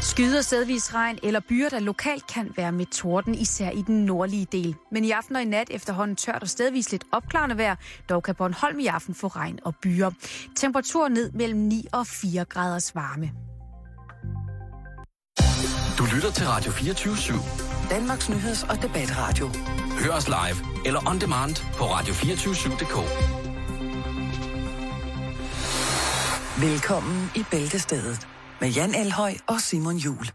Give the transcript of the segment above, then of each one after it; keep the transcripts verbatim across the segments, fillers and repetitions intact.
Skyder, stedvis regn eller byer, der lokalt kan være med torden, især i den nordlige del. Men i aften og i nat efterhånden tørt og stedvis lidt opklarende vejr, dog kan Bornholm i aften få regn og byer. Temperatur ned mellem ni og fire graders varme. Du lytter til Radio fireogtyve syv. Danmarks nyheds- og debatradio. Hør os live eller on demand på radio to fire syv punktum d k. Velkommen i Bæltestedet med Jan Elhøj og Simon Juhl.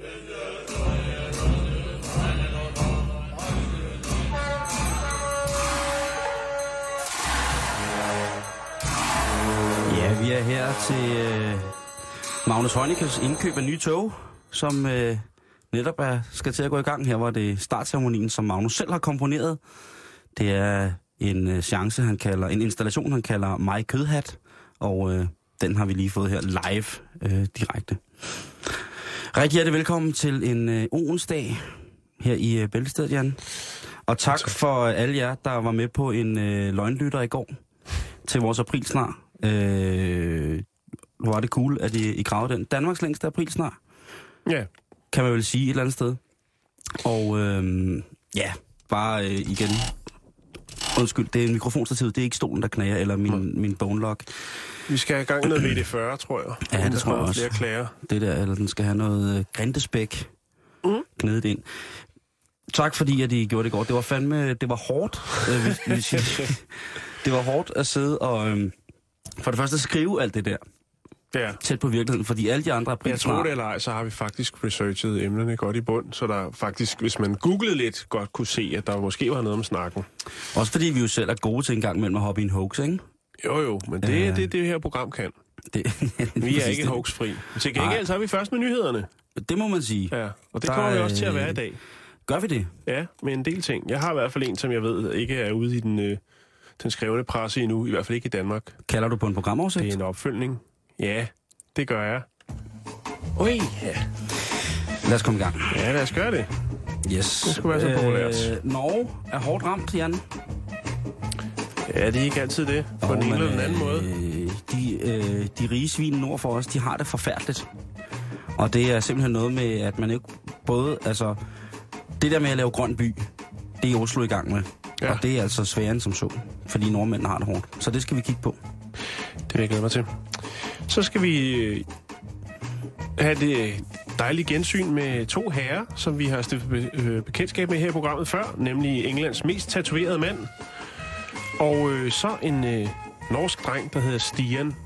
Ja, vi er her til øh, Magnus Heunicke's indkøb af nye tog, som øh, netop er, skal til at gå i gang. Her var det startceremonien, som Magnus selv har komponeret. Det er en øh, chance, han kalder, en installation, han kalder Mig Kødhat, og øh, den har vi lige fået her live øh, direkte. Rigtig hjertelig velkommen til en øh, onsdag her i øh, Bæltestedet, Jan. Og tak, tak for alle jer, der var med på en øh, løgnlytter i går til vores aprilsnar. Øh, hvor var det cool, at I, I gravede den. Danmarks længste aprilsnar. Ja. Kan man vel sige et eller andet sted. Og øh, ja, bare øh, igen. Undskyld, det er en mikrofonstativ, det er ikke stolen, der knager, eller min, mm. min bone lock. Vi skal have gang i noget V D fyrre, tror jeg. Ja, det tror jeg også. Flere klager. Det der, eller den skal have noget øh, grindespæk mm. knedet ind. Tak fordi, at I gjorde det i går. Det var fandme, det var hårdt. Øh, hvis, hvis I, det var hårdt at sidde og øh, for det første skrive alt det der. Ja. Tæt på virkeligheden, fordi alle de andre aprilsnar... Jeg tror det eller ej, så har vi faktisk researchet emnerne godt i bund, så der faktisk, hvis man googlede lidt, godt kunne se, at der måske var noget om snakken. Også fordi vi jo selv er gode til en gang mellem at hoppe i en hoax, ikke? Jo jo, men det er øh... det, det her program kan. Det, vi er ikke hoaxfri. Til gengæld så er vi først med nyhederne. Det må man sige. Ja, og det kommer vi også til at være i dag. Gør vi det? Ja, med en del ting. Jeg har i hvert fald en, som jeg ved ikke er ude i den, øh, den skrevne presse endnu, i hvert fald ikke i Danmark. Kalder du på en programoversigt? Det er en opfølgning. Ja, det gør jeg. Ui, ja. Lad os komme i gang. Ja, lad os gøre det. Yes. Det skulle være så populært. Øh, Norge er hårdt ramt, Jan. Ja, det er ikke altid det. På oh, den ene eller den anden øh, måde. De, øh, de rige svin nord for os, de har det forfærdeligt. Og det er simpelthen noget med, at man ikke både... Altså, det der med at lave grøn by, det er Oslo i gang med. Ja. Og det er altså sværere end som så. Fordi nordmændene har det hårdt. Så det skal vi kigge på. Det vil jeg glæde mig til. Så skal vi øh, have det dejlige gensyn med to herrer, som vi har stiftet be- øh, bekendtskab med her i programmet før, nemlig Englands mest tatoverede mand, og øh, så en øh, norsk dreng, der hedder Stian.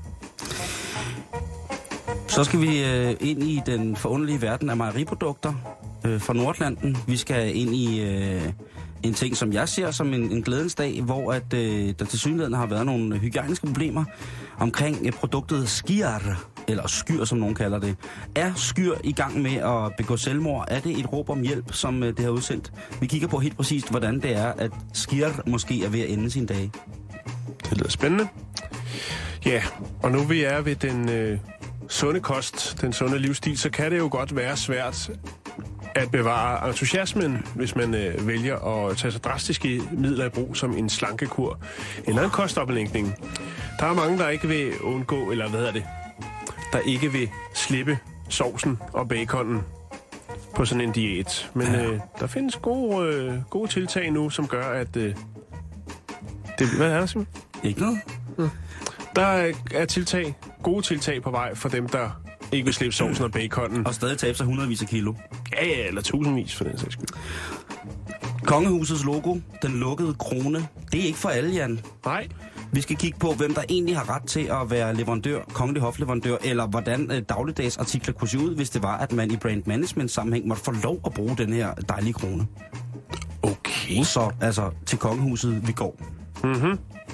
Så skal vi øh, ind i den forunderlige verden af mejeriprodukter øh, fra Nordatlanten. Vi skal ind i øh, en ting, som jeg ser som en, en glædens dag, hvor at, øh, der tilsyneladende har været nogle hygiejniske problemer omkring øh, produktet Skyr, eller Skyr, som nogen kalder det. Er Skyr i gang med at begå selvmord? Er det et råb om hjælp, som øh, det har udsendt? Vi kigger på helt præcist, hvordan det er, at Skyr måske er ved at ende sin dage. Det lyder spændende. Ja, og nu vi er ved den øh, sunde kost, den sunde livsstil, så kan det jo godt være svært at bevare entusiasmen, hvis man øh, vælger at tage så drastiske midler i brug som en slankekur eller en kostomlægning. Der er mange, der ikke vil undgå, eller hvad hedder det, der ikke vil slippe sovsen og baconen på sådan en diæt. Men ja. øh, der findes gode, øh, gode tiltag nu, som gør, at... Øh, det, hvad er det simpelthen? Ikke noget. Hmm. Der er tiltag, gode tiltag på vej for dem, der ikke vil slippe sovsen og baconen. Og stadig tabe sig hundredvis af kilo. Ja, ja, eller tusindvis for den sags skyld. Kongehusets logo, den lukkede krone, det er ikke for alle, Jan. Nej. Vi skal kigge på, hvem der egentlig har ret til at være leverandør, kongelig hofleverandør, eller hvordan øh, dagligdags artikler kunne se ud, hvis det var, at man i brand management sammenhæng måtte få lov at bruge den her dejlige krone. Okay. Så altså til kongehuset vi går. Mhm.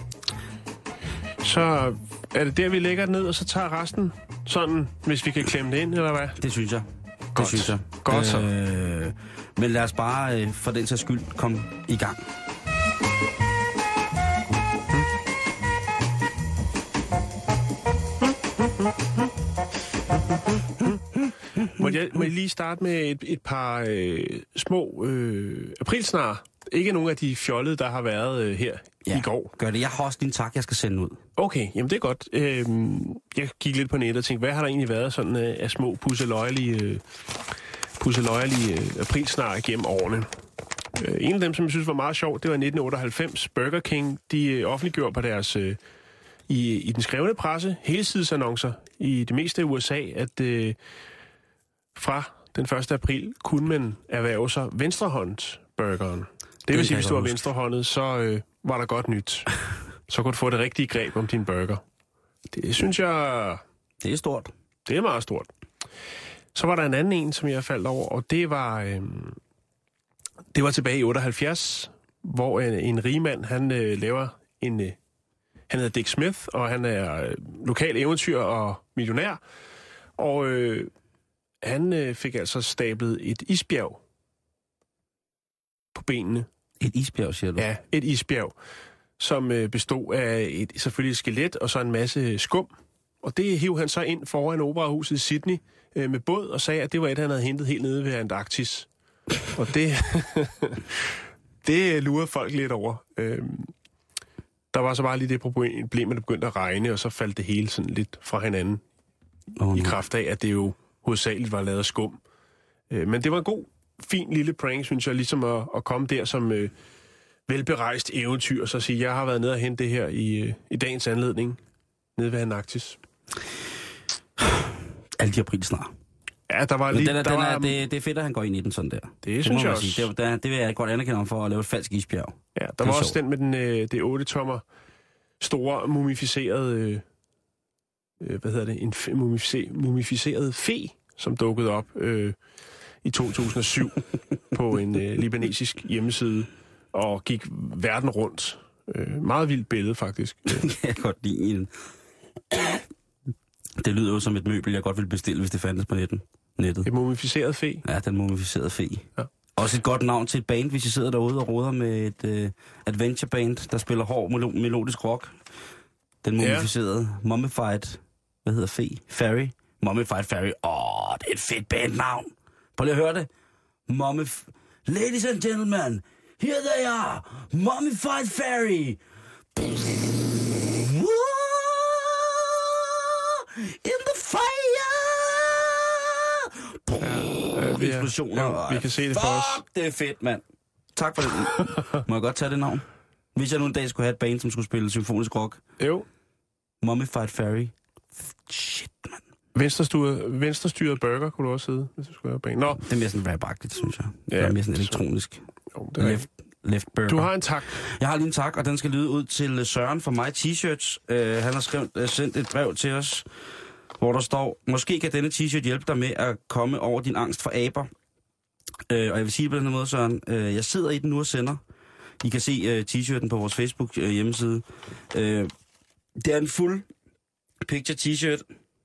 Så er det der, vi lægger det ned, og så tager resten sådan, hvis vi kan klemme det ind, eller hvad? Det synes jeg. Godt. Det synes jeg. Godt så. Øh, men lad os bare øh, for den sags skyld komme i gang. Må jeg, må jeg lige starte med et, et par øh, små øh, aprilsnar Ikke nogen af de fjollede, der har været øh, her ja, i går. Gør det. Jeg har også din tak, jeg skal sende ud. Okay, jamen det er godt. Øhm, jeg gik lidt på nettet og tænkte, hvad har der egentlig været sådan øh, af små pusseløjelige, øh, pusseløjelige øh, aprilsnar gennem årene? Øh, en af dem, som jeg synes var meget sjov, det var nitten otteoghalvfems. Burger King, de øh, offentliggjorde på deres, øh, i, i den skrevne presse, helsidesannoncer i det meste af U S A, at øh, fra den første april kunne man erhverve sig venstrehåndsburgeren. Det vil sige, hvis du var venstrehåndet, så øh, var der godt nyt. Så kunne du få det rigtige greb om din burger. Det synes jeg... Det er stort. Det er meget stort. Så var der en anden en, som jeg faldt over, og det var... Øh, det var tilbage i otteoghalvfjerds, hvor en, en rigmand, han øh, laver en... Øh, han hedder Dick Smith, og han er øh, lokal eventyr og millionær. Og øh, han øh, fik altså stablet et isbjerg på benene. Et isbjerg, siger du? Ja, et isbjerg, som øh, bestod af et selvfølgelig et skelet og så en masse skum. Og det hiv han så ind foran operahuset i Sydney øh, med båd og sagde, at det var et, han havde hentet helt nede ved Antarktis. Og det, det lurede folk lidt over. Øh, der var så bare lige det problem, at det begyndte at regne, og så faldt det hele sådan lidt fra hinanden. Oh, i kraft af, at det jo hovedsageligt var lavet af skum. Øh, men det var en god, fin lille prank, synes jeg, ligesom at, at komme der som øh, velberejst eventyr, og så sige, jeg har været nede og hente det her i, øh, i dagens anledning, nede ved Antarktis. Alle de aprilsnar. Ja, der var lige... Den er, der den var, er, det, det er fedt, at han går ind i den sådan der. Det, det synes jeg også. Sige. Det, der, det vil jeg godt anerkende ham for at lave et falsk isbjerg. Ja, der var også den med den, øh, det otte tommer store mumificerede... Øh, hvad hedder det? En f- mumificer, mumificeret fe, som dukkede op øh, i to tusind og syv på en øh, libanesisk hjemmeside og gik verden rundt. Øh, meget vildt billede, faktisk. Jeg kan godt lide en. Det lyder jo som et møbel, jeg godt ville bestille, hvis det fandtes på netten. nettet. Et mumificeret fe? Ja, den mumificerede fe. Ja. Også et godt navn til et band, hvis I sidder derude og roder med et uh, adventure band, der spiller hård melo- melodisk rock. Den mumificerede, ja. Mummified, hvad hedder fe? Fairy? Mummified Fairy. Åh, det er et fedt bandnavn. Prøv lige at høre det. Mummif... Ladies and gentlemen, here they are. Mummified Fairy. In the fire! Ja, ja, vi, eksplosioner. Ja, vi kan se det for os. Fuck, det er fedt, mand. Tak for det. Må jeg godt tage det navn? Hvis jeg nu en dag skulle have et band, som skulle spille symfonisk rock. Jo. Mummified Fairy. Shit, mand. Venstrestyret, venstrestyret burger kunne du også sidde, hvis du skulle have band. Nå. Det er mere sådan rap-agtigt, synes jeg. Det ja, er mere sådan elektronisk. Jo, det er left, left burger. Du har en tak. Jeg har lige en tak, og den skal lyde ud til Søren fra My T-shirts. Uh, han har skrevet, uh, sendt et brev til os, hvor der står, måske kan denne t-shirt hjælpe dig med at komme over din angst for aber. Uh, og jeg vil sige det på den her måde, Søren. Uh, jeg sidder i den nu og sender. I kan se uh, t-shirten på vores Facebook uh, hjemmeside. Uh, det er en fuld picture t-shirt.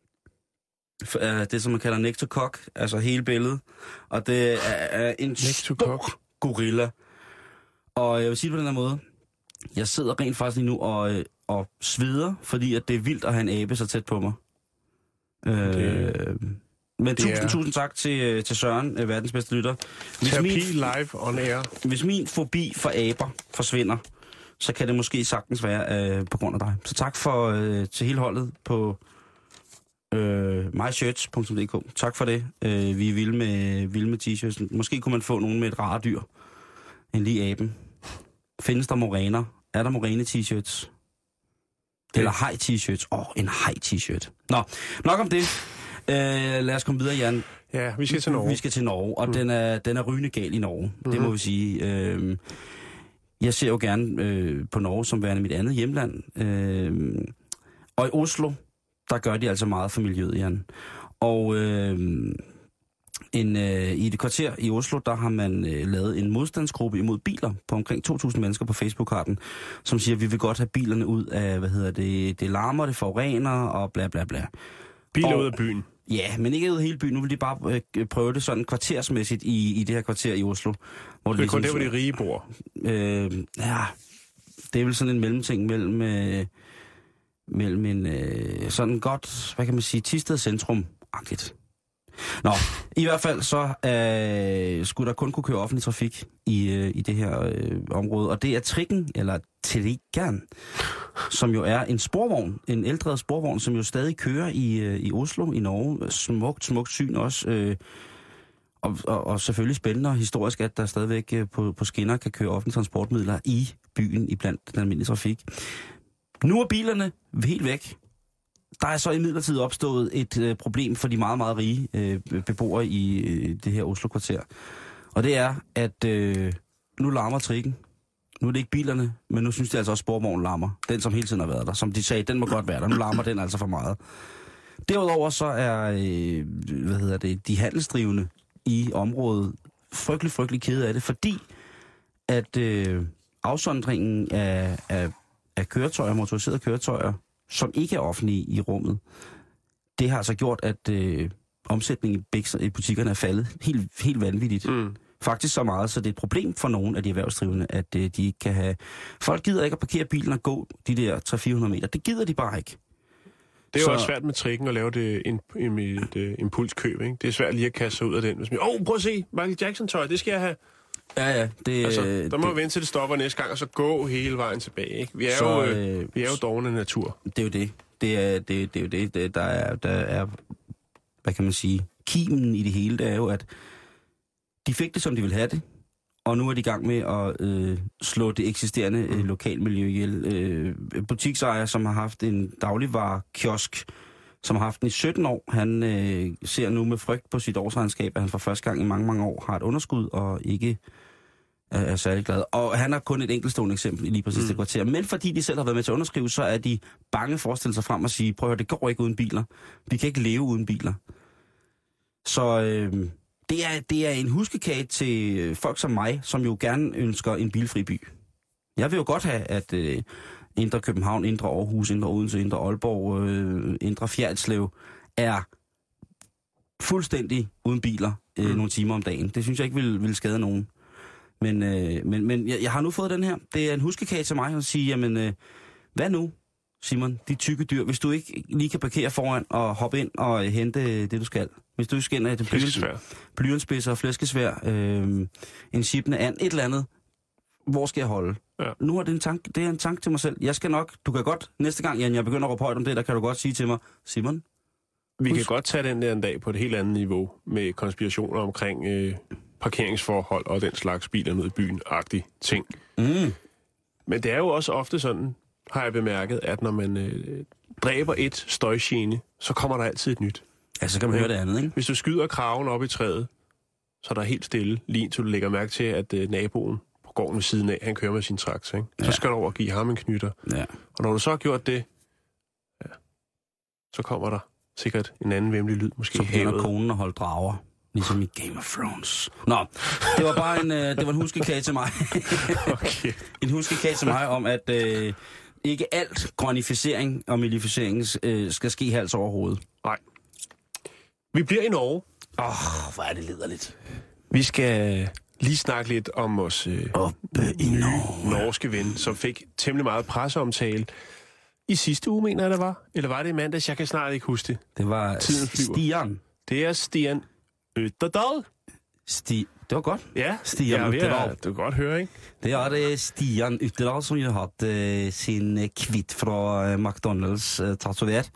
Uh, det, som man kalder next to cock, altså hele billedet. Og det er, er en stor gorilla. Og jeg vil sige det på den her måde. Jeg sidder rent faktisk lige nu og, øh, og sveder, fordi at det er vildt at have en abe så tæt på mig. Øh, men tusind, er... tusind tak til, til Søren, øh, verdens bedste lytter. Hvis Terapi min, live on air. Hvis min fobi for aber forsvinder, så kan det måske sagtens være øh, på grund af dig. Så tak for øh, til hele holdet på øh, my shirts punktum d k. Tak for det. Øh, vi er vilde med, vilde med t-shirts. Måske kunne man få nogen med et rare dyr end lige aben. Findes der moræner? Er der moræne t-shirts? Eller hej t-shirts? Åh, oh, en hej t-shirt. Nå, nok om det. Uh, lad os komme videre, Jan. Ja, vi skal til Norge. Vi skal til Norge, og mm. den, er, den er rygende gal i Norge. Mm-hmm. Det må vi sige. Uh, jeg ser jo gerne uh, på Norge som værende mit andet hjemland. Uh, og i Oslo, der gør de altså meget for miljøet, Jan. Og uh, en, uh, i et kvarter i Oslo, der har man uh, lavet en modstandsgruppe imod biler på omkring to tusind mennesker på Facebook-karten, som siger, at vi vil godt have bilerne ud af, hvad hedder det, det larmer, det forurener og bla bla bla. Biler og, ud af byen? Ja, men ikke ud af hele byen. Nu vil de bare øh, prøve det sådan kvartersmæssigt i, i det her kvarter i Oslo. Hvor det er kun der, hvor de rige bor? Øh, ja, det er vel sådan en mellemting mellem, øh, mellem en øh, sådan godt, hvad kan man sige, Thisted centrum-agtigt. Nå, i hvert fald så øh, skulle der kun kunne køre offentlig trafik i, øh, i det her øh, område. Og det er trikken, eller trikken, som jo er en sporvogn, en ældre sporvogn, som jo stadig kører i, øh, i Oslo, i Norge. Smukt, smukt syn også. Øh, og, og, og selvfølgelig spændende og historisk, at der stadigvæk øh, på, på skinner kan køre offentlige transportmidler i byen, iblandt den almindelige trafik. Nu er bilerne helt væk. Der er så imidlertid opstået et øh, problem for de meget, meget rige øh, beboere i øh, det her Oslo-kvarter. Og det er, at øh, nu larmer trikken. Nu er det ikke bilerne, men nu synes de altså også, at sporvognen larmer. Den, som hele tiden har været der. Som de sagde, den må godt være der. Nu larmer den altså for meget. Derudover så er øh, hvad hedder det, de handelsdrivende i området frygtelig, frygtelig kede af det, fordi at øh, afsondringen af, af, af køretøjer, motoriserede køretøjer, som ikke er offentlige i rummet, det har altså gjort, at øh, omsætningen i, i butikkerne er faldet helt, helt vanvittigt. Mm. Faktisk så meget, så det er et problem for nogle af de erhvervsdrivende, at øh, de ikke kan have... Folk gider ikke at parkere bilen og gå de der tre til fire hundrede meter. Det gider de bare ikke. Det er jo så... også svært med trikken at lave det en, en, et, et impulskøb, ikke? Det er svært lige at kaste sig ud af den. Åh, oh, prøv at se, Michael Jackson-tøj, det skal jeg have. Ja, ja. Det, altså, der må det, vente til det stopper næste gang, og så gå hele vejen tilbage, ikke? Vi er så, jo, øh, vi er jo dovne natur. Det er jo det. Det er, det, det er jo det, det der, er, der er, hvad kan man sige, kimen i det hele, det er jo, at de fik det, som de ville have det, og nu er de i gang med at øh, slå det eksisterende øh, lokalmiljø ihjel. Øh, butiksejer, som har haft en dagligvarekiosk, som har haft den i sytten år, han øh, ser nu med frygt på sit årsregnskab, at han for første gang i mange, mange år har et underskud og ikke er, er særlig glad. Og han har kun et enkeltstående eksempel i lige præcis mm. det kvarter. Men fordi de selv har været med til at underskrive, så er de bange for at stille sig frem og sige, prøv at høre, det går ikke uden biler. Vi kan ikke leve uden biler. Så øh, det, er, det er en huskekage til folk som mig, som jo gerne ønsker en bilfri by. Jeg vil jo godt have, at... Øh, Indre København, Indre Aarhus, Indre Odense, Indre Aalborg, øh, Indre Fjerritslev er fuldstændig uden biler øh, mm. nogle timer om dagen. Det synes jeg ikke vil, vil skade nogen. Men, øh, men, men jeg, jeg har nu fået den her. Det er en huskekage til mig at sige, jamen, øh, hvad nu, Simon, de tykke dyr, hvis du ikke lige kan parkere foran og hoppe ind og hente det, du skal. Hvis du ikke skal ind af det blyantspidser, flæskesvær, øh, en chipne and, et eller andet, hvor skal jeg holde? Ja. Nu er det en tanke, det er en tanke til mig selv. Jeg skal nok, du kan godt, næste gang, Jan, jeg begynder at råbe højt om det, der kan du godt sige til mig, Simon. Vi husk. kan godt tage den der en dag på et helt andet niveau, med konspirationer omkring øh, parkeringsforhold og den slags biler ned i byen-agtige ting. Mm. Men det er jo også ofte sådan, har jeg bemærket, at når man øh, dræber et støjgene, så kommer der altid et nyt. Ja, så kan man høre det andet, ikke? Hvis du skyder kraven op i træet, så er der helt stille, lige til du lægger mærke til, at øh, naboen gården ved siden af, han kører med sin traktor, ikke? Så ja. skal du over og give ham en knytter. Ja. Og når du så har gjort det, ja, så kommer der sikkert en anden væmmelig lyd, måske så begynder konen at holde drager, ligesom i Game of Thrones. Nå, det var bare en, øh, det var en huskekage til mig. Okay. En huskekage til mig om, at øh, ikke alt grønnificering og miljøficering øh, skal ske hals over hovedet. Nej. Vi bliver i Norge. Åh, oh, hvor er det liderligt. Vi skal... lige snakke lidt om vores øh, nye norske ven, som fik temmelig meget presseomtale i sidste uge, mener jeg, der var. Eller var det i mandags? Jeg kan snart ikke huske det. Det var Stian. Det er Stian Ytterdal. Sti... Det var godt. Ja, Stian ja, Ytterdal. Du kan godt høre, ikke? Det er det Stian Ytterdal, som jo har haft uh, sin kvitt fra uh, McDonald's uh, tatoveret.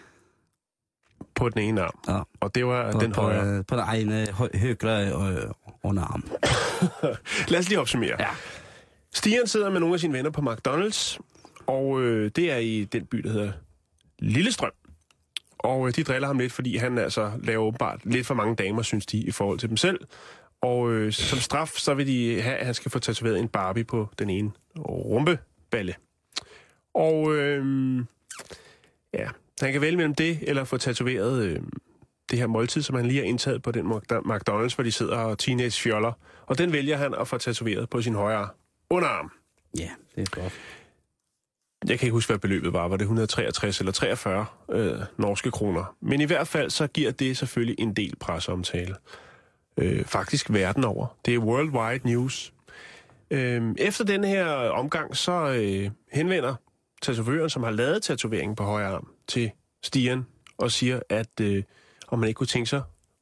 På den ene arm. Ja. Og det var på, den på, højre. På den ene hø- højre øh, underarm. Lad os lige opsummere. Ja. Stian sidder med nogle af sine venner på McDonald's, og øh, det er i den by, der hedder Lillestrøm. Og øh, de driller ham lidt, fordi han altså laver åbenbart lidt for mange damer, synes de, i forhold til dem selv. Og øh, som straf, så vil de have, at han skal få tatoveret en Barbie på den ene rumpeballe. Og øh, ja... han kan vælge mellem det, eller få tatoveret øh, det her måltid, som han lige har indtaget på den McDonald's, hvor de sidder og teenage-fjoller. Og den vælger han at få tatoveret på sin højre underarm. Ja, det er godt. Jeg kan ikke huske, hvad beløbet var. Var det et hundrede og treogtres eller treogfyrre øh, norske kroner? Men i hvert fald så giver det selvfølgelig en del presseomtale. Øh, faktisk verden over. Det er worldwide news. Øh, efter den her omgang, så øh, henvender tatovøren, som har lavet tatoveringen på højre arm, til Stian og siger, at øh, om man ikke kunne tænke sig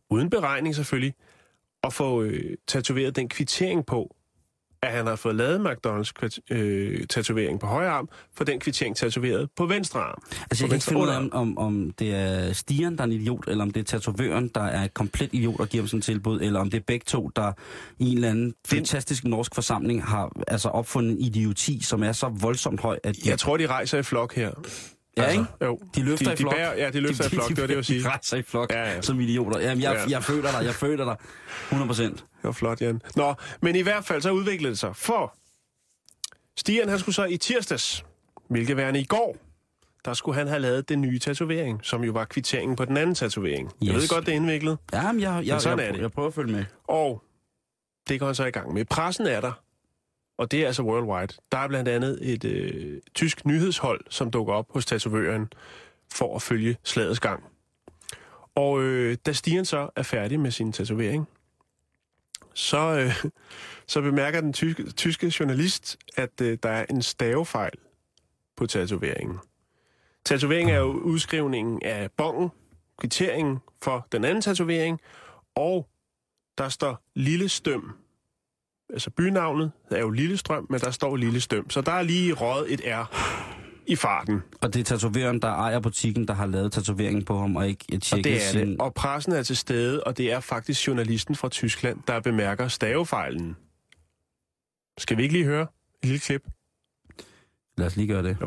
uden beregning selvfølgelig, at få øh, tatoveret den kvittering på, at han har fået lavet McDonald's øh, tatovering på højre arm, for den kvittering tatoveret på venstre arm. Altså jeg kan ikke finde ud af, om, om det er Stian, der er en idiot, eller om det er tatovøren, der er et komplet idiot og giver ham sådan et tilbud, eller om det er begge to, der i en eller anden den... fantastisk norsk forsamling har altså opfundet en idioti, som er så voldsomt høj, at... De... Jeg tror, de rejser i flok her. Ja, altså, ikke? Jo. De løfter de, i flok. De bærer, ja, de løfter de, i flok, de, det var det, jeg ville sige. De rejser i flok, ja, ja. som idioter. Jamen, jeg, ja. jeg føler dig, jeg føler dig. hundrede procent. Det var flot, Jan. Nå, men i hvert fald så udviklede det sig. For Stian, han skulle så i tirsdags, hvilket værende i går, der skulle han have lavet den nye tatovering, som jo var kvitteringen på den anden tatovering. Yes. Jeg ved godt, det er indviklet. Jamen, jeg, jeg, jeg, jeg, jeg, jeg prøver at følge med. Og det går han så i gang med. Pressen er der, og det er altså worldwide. Der er blandt andet et øh, tysk nyhedshold, som dukker op hos tatovøren for at følge slagets gang. Og øh, da Stian så er færdig med sin tatovering, så, øh, så bemærker den tyske, tyske journalist, at øh, der er en stavefejl på tatoveringen. Tatoveringen er jo udskrivningen af bongen, kvitteringen for den anden tatovering, og der står Lille Støm. Altså bynavnet er jo Lillestrøm, men der står Lille Støm. Så der er lige røget et R i farten. Og det er tatovøren, der ejer butikken, der har lavet tatoveringen på ham, og ikke tjekket og det er sin... det. Og pressen er til stede, og det er faktisk journalisten fra Tyskland, der bemærker stavefejlen. Skal vi ikke lige høre et lille klip? Lad os lige gøre det. Jo.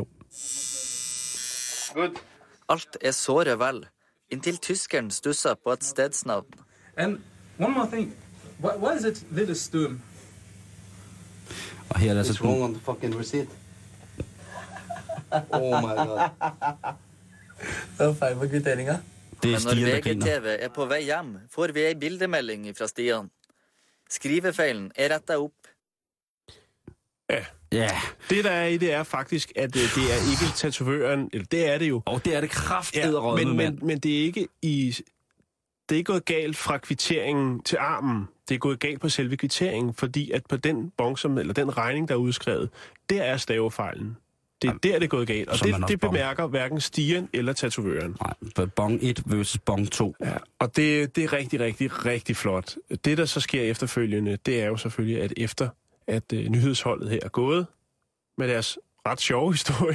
Good. Alt er såre vel, inntil tyskeren stusser på et stedsnavn. And one more thing. Why, why is it Lille Støm? Og her er der It's så... wrong on the fucking receipt. Oh my god. Det var fejl på kvitteringa. Det er Men når Stian, der V G griner. T V er på vei hjem, får vi en bildemelding fra Stian. Skrivefeilen er rettet op. Ja. Ja. Det, der er i det, er faktisk, at øh, det er ikke tatovøren, eller det er det jo. Og det er det kraftedderødme, men, mand. men, men det er ikke i... Det er ikke gået galt fra kvitteringen til armen. Det er gået galt på selve kvitteringen, fordi at på den bon, som, eller den regning, der er udskrevet, der er stavefejlen. Det er der, det er gået galt. Og det, det bemærker hverken Stian eller tatovøren. Nej, bong et versus bong to. Ja, og det, det er rigtig, rigtig, rigtig flot. Det, der så sker efterfølgende, det er jo selvfølgelig, at efter at uh, nyhedsholdet her er gået med deres ret sjove historie,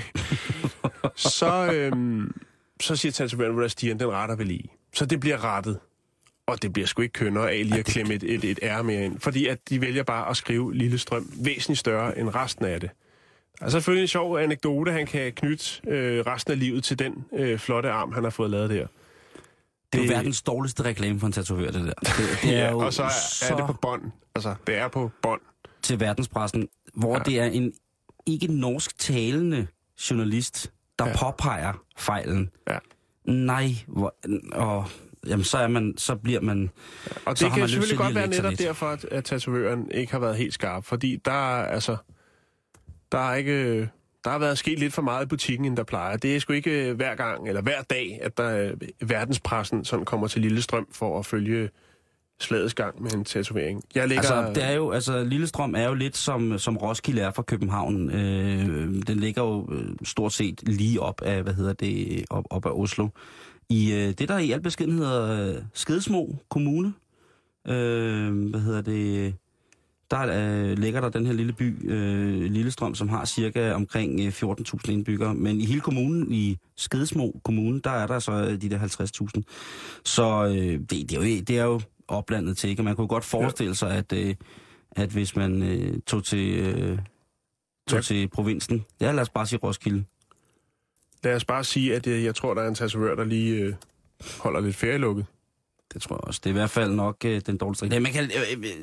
så, øhm, så siger tatovøren, at Stian, den retter vel i. Så det bliver rettet. Og det bliver sgu ikke kønnere af lige at klemme et, et, et R mere ind. Fordi at de vælger bare at skrive Lillestrøm væsentligt større end resten af det. Der er selvfølgelig en sjov anekdote, han kan knytte øh, resten af livet til den øh, flotte arm, han har fået lavet der. Det er jo verdens dårligste reklame for en tatovør, det der. Det, det er ja, jo og så er, så er det på bånd. Altså, det er på bånd. Til verdenspressen, hvor ja. det er en ikke norsk talende journalist, der ja. påpeger fejlen. Ja. Nej, hvor... Åh, jamen, så, er man, så bliver man... Ja, og det kan selvfølgelig godt være netop derfor, at, at tatovøren ikke har været helt skarp. Fordi der er, altså... Der er ikke... Der har været sket lidt for meget i butikken, end der plejer. Det er sgu ikke hver gang, eller hver dag, at der verdenspressen sådan kommer til Lillestrøm for at følge slagets gang med en tatovering. Jeg ligger... Altså, det er jo, altså, Lillestrøm er jo lidt som, som Roskilde er fra København. Øh, den ligger jo stort set lige op af, hvad hedder det, op, op af Oslo. I øh, det, der i al beskedenhed hedder øh, Skedsmo Kommune, øh, hvad hedder det... Der øh, ligger der den her lille by, øh, Lillestrøm, som har cirka omkring øh, fjorten tusind indbyggere. Men i hele kommunen, i Skedsmo Kommune, der er der så de der halvtreds tusind. Så øh, det, det, er jo, det er jo oplandet til, ikke? Man kunne godt forestille sig, at, øh, at hvis man øh, tog, til, øh, tog ja. til provinsen, ja, lad os bare sige Roskilde. Lad os bare sige, at jeg, jeg tror, der er en tatovør, der lige øh, holder lidt ferielukket. Det tror jeg også. Det er i hvert fald nok øh, den dårligste. Det, man kan... Øh, øh,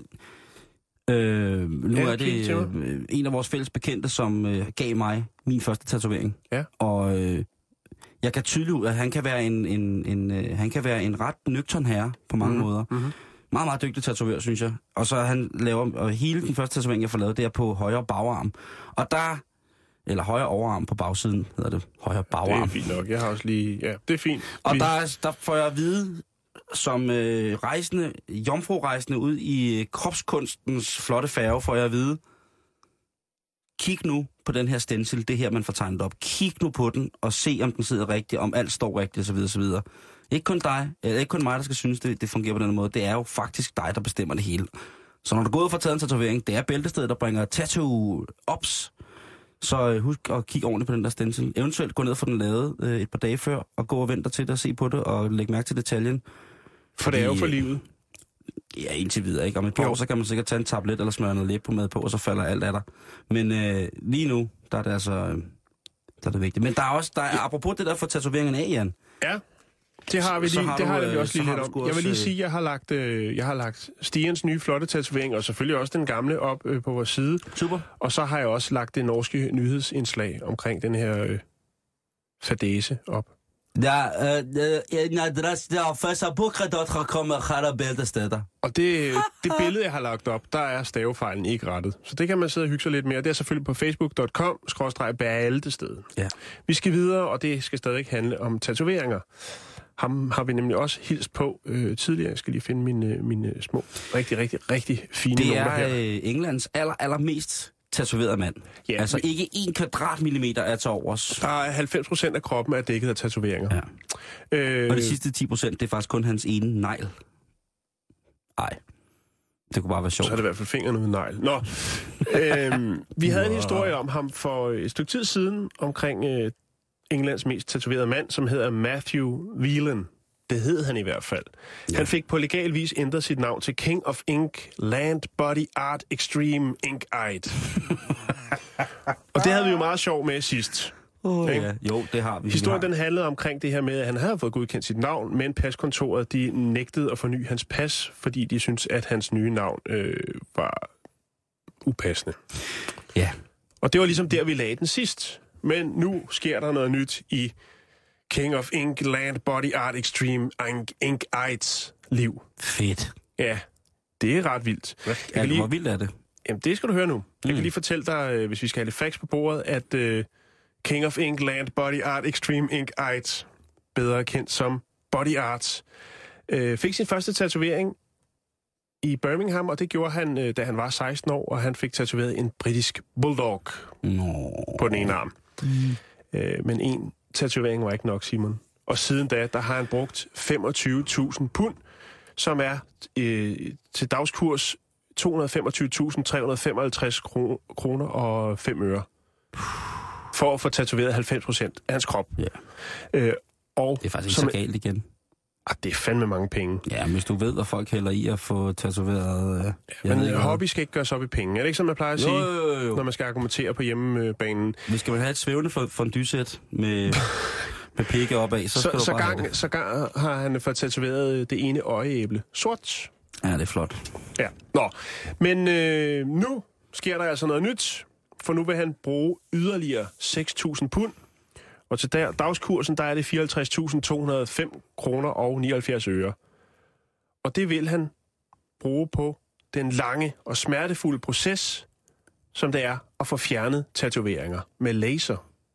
Øh, nu ja, er det øh, en af vores fælles bekendte, som øh, gav mig min første tatovering. Ja. Og øh, jeg kan tydeligt, at han kan være en, en, en, øh, han kan være en ret nøgtern herre på mange mm-hmm. måder. Mm-hmm. Meget, meget dygtig tatovør, synes jeg. Og så han laver, og hele den første tatovering, jeg får lavet, det er på højre bagarm. Og der, eller højre overarm på bagsiden, hedder det. Højre bagarm. Det er fint nok. Jeg har også lige, ja, det er fint. Og der, der får jeg at vide, som øh, rejsende, jomfru-rejsende ud i kropskunstens flotte færge, får jeg at vide, kig nu på den her stencil, det her, man får tegnet op. Kig nu på den, og se, om den sidder rigtigt, om alt står rigtigt, osv. osv. Ikke kun dig, eller ikke kun mig, der skal synes, det, det fungerer på den måde. Det er jo faktisk dig, der bestemmer det hele. Så når du går ud for at tage en tatovering, det er bæltestedet, der bringer tattoo-ops. Så øh, husk at kigge ordentligt på den der stencil. Eventuelt gå ned og få den lavet øh, et par dage før, og gå og vente dig til det og se på det, og lægge mærke til detaljen. For Fordi, det er jo for livet. Ja, indtil videre, ikke? Om et par år, så kan man sikkert tage en tablet eller smøre noget læbe på med på, og så falder alt af dig. Men øh, lige nu, der er det altså... Øh, der er det vigtigt. Men der er også... Der er, apropos det der for tatoveringerne af, Jan. Ja, det har vi lige, har det har vi også lige lidt om. Jeg vil lige også, sige, at jeg har lagt, øh, jeg har lagt Stians nye flotte tatovering, og selvfølgelig også den gamle op øh, på vores side. Super. Og så har jeg også lagt det norske nyhedsindslag omkring den her øh, fadese op. Ja, en adresse der først bukredot kommer og bæltesteder. Og det, det billede, jeg har lagt op, der er stavefejlen ikke rettet. Så det kan man sidde og hygge sig lidt mere. Det er selvfølgelig på facebook punktum com skråstreg bæltested. Ja. Vi skal videre, og det skal stadig handle om tatoveringer. Ham har vi nemlig også hilst på øh, tidligere. Jeg skal lige finde mine, mine små, rigtig, rigtig, rigtig fine det noter her. Det er øh, Englands aller, allermest tatoveret mand. Ja, altså men... ikke en kvadratmillimeter er til overs. Der er halvfems procent af kroppen er dækket af tatoveringer. Ja. Øh... Og de sidste ti procent, det er faktisk kun hans ene negl. Ej. Det kunne bare være sjovt. Så er det i hvert fald fingrene uden negl. Nå. øhm, vi havde en historie om ham for et stykke tid siden, omkring øh, Englands mest tatoverede mand, som hedder Matthew Whelan. Det hed han i hvert fald. Ja. Han fik på legal vis ændret sit navn til King of Ink, Land Body Art Extreme Ink-Eyed. Og det havde vi jo meget sjov med sidst. Oh, ja. Jo, det har vi. Historien den handlede omkring det her med, at han havde fået godkendt sit navn, men paskontoret de nægtede at forny hans pas, fordi de syntes, at hans nye navn øh, var upassende. Ja. Og det var ligesom der, vi lagde den sidst. Men nu sker der noget nyt i King of Ink, Land Body Art Extreme Ink-Eyeds liv. Fedt. Ja, det er ret vildt. Hvad? Ja, lige... Hvor vildt er det? Jamen, det skal du høre nu. Jeg mm. kan lige fortælle dig, hvis vi skal have lidt facts på bordet, at uh, King of Ink, Land Body Art Extreme Ink-Eyed, bedre kendt som Body Art, uh, fik sin første tatovering i Birmingham, og det gjorde han, uh, da han var seksten år, og han fik tatoveret en britisk bulldog no. på den ene arm. Mm. Uh, men en tatovering var ikke nok, Simon. Og siden da, der har han brugt femogtyve tusind pund, som er øh, til dagskurs to hundrede og femogtyve tusind tre hundrede og femoghalvtreds kroner og fem øre. For at få tatoveret halvfems procent af hans krop. Ja. Øh, og det er faktisk ikke så galt igen. Ah, det er fandme mange penge. Ja, hvis du ved, hvad folk hælder i at få tatoveret... Øh, ja, men hobby skal ikke gøres op i penge. Er det ikke sådan, man plejer at sige, jo, jo, jo. når man skal argumentere på hjemmebanen? Hvis skal man have et svævende fondue-sæt med, med pikke opad, så skal så, du så bare gang, have det. Så gang har han fået tatoveret det ene øjeæble sort. Ja, det er flot. Ja, nå. Men øh, nu sker der altså noget nyt, for nu vil han bruge yderligere seks tusind pund. Og til der, dagskursen, der er det fireoghalvtreds tusind to hundrede og fem kroner og nioghalvfjerds øre. Og det vil han bruge på den lange og smertefulde proces, som det er at få fjernet tatoveringer med laser.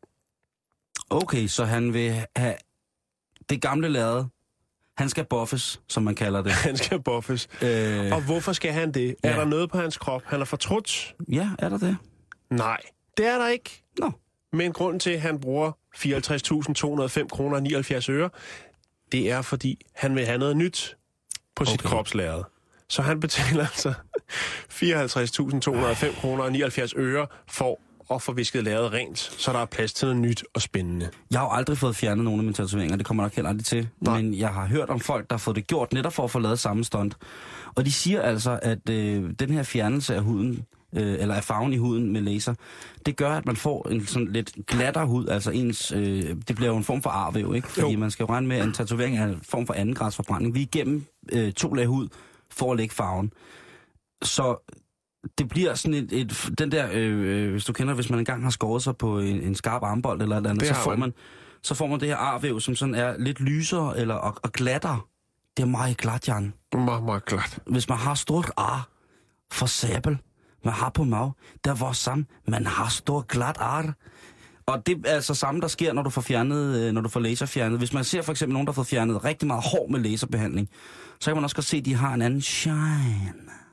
Okay, så han vil have det gamle lade. Han skal buffes, som man kalder det. Han skal buffes. Øh... Og hvorfor skal han det? Ja. Er der noget på hans krop, han har fortrudt? Ja, er der det? Nej, det er der ikke. Nå. Men grunden til, at han bruger fireoghalvtreds tusind to hundrede og fem kroner og nioghalvfjerds øre, det er, fordi han vil have noget nyt på okay. sit kropslærred. Så han betaler altså fireoghalvtreds tusind to hundrede og fem kroner og nioghalvfjerds øre for at få visket lærredet rent, så der er plads til noget nyt og spændende. Jeg har aldrig fået fjernet nogen af mine tatoveringer, det kommer nok heller aldrig til. Nej. Men jeg har hørt om folk, der har fået det gjort netop for at få lavet samme stunt. Og de siger altså, at øh, den her fjernelse af huden, øh, eller af farven i huden med laser, det gør, at man får en sådan lidt glattere hud, altså ens, øh, det bliver jo en form for arvæv, ikke? Fordi jo. Man skal jo regne med, at en tatovering er en form for andengrads forbrænding. Vi er igennem øh, to lag hud for at lægge farven. Så det bliver sådan et, et den der, øh, hvis du kender, hvis man engang har skåret sig på en, en skarp armbold eller et andet, så får man. man, så får man det her arvæv, som sådan er lidt lysere eller og, og glattere. Det er meget glat, Jan. Meget, meget glat. Hvis man har stort ar, for eksempel, man har på mag, der var sammen, man har stort glat ar. Og det er altså samme, der sker, når du får fjernet, når du får laserfjernet. Hvis man ser for eksempel nogen, der får fjernet rigtig meget hår med laserbehandling, så kan man også godt se, at de har en anden shine.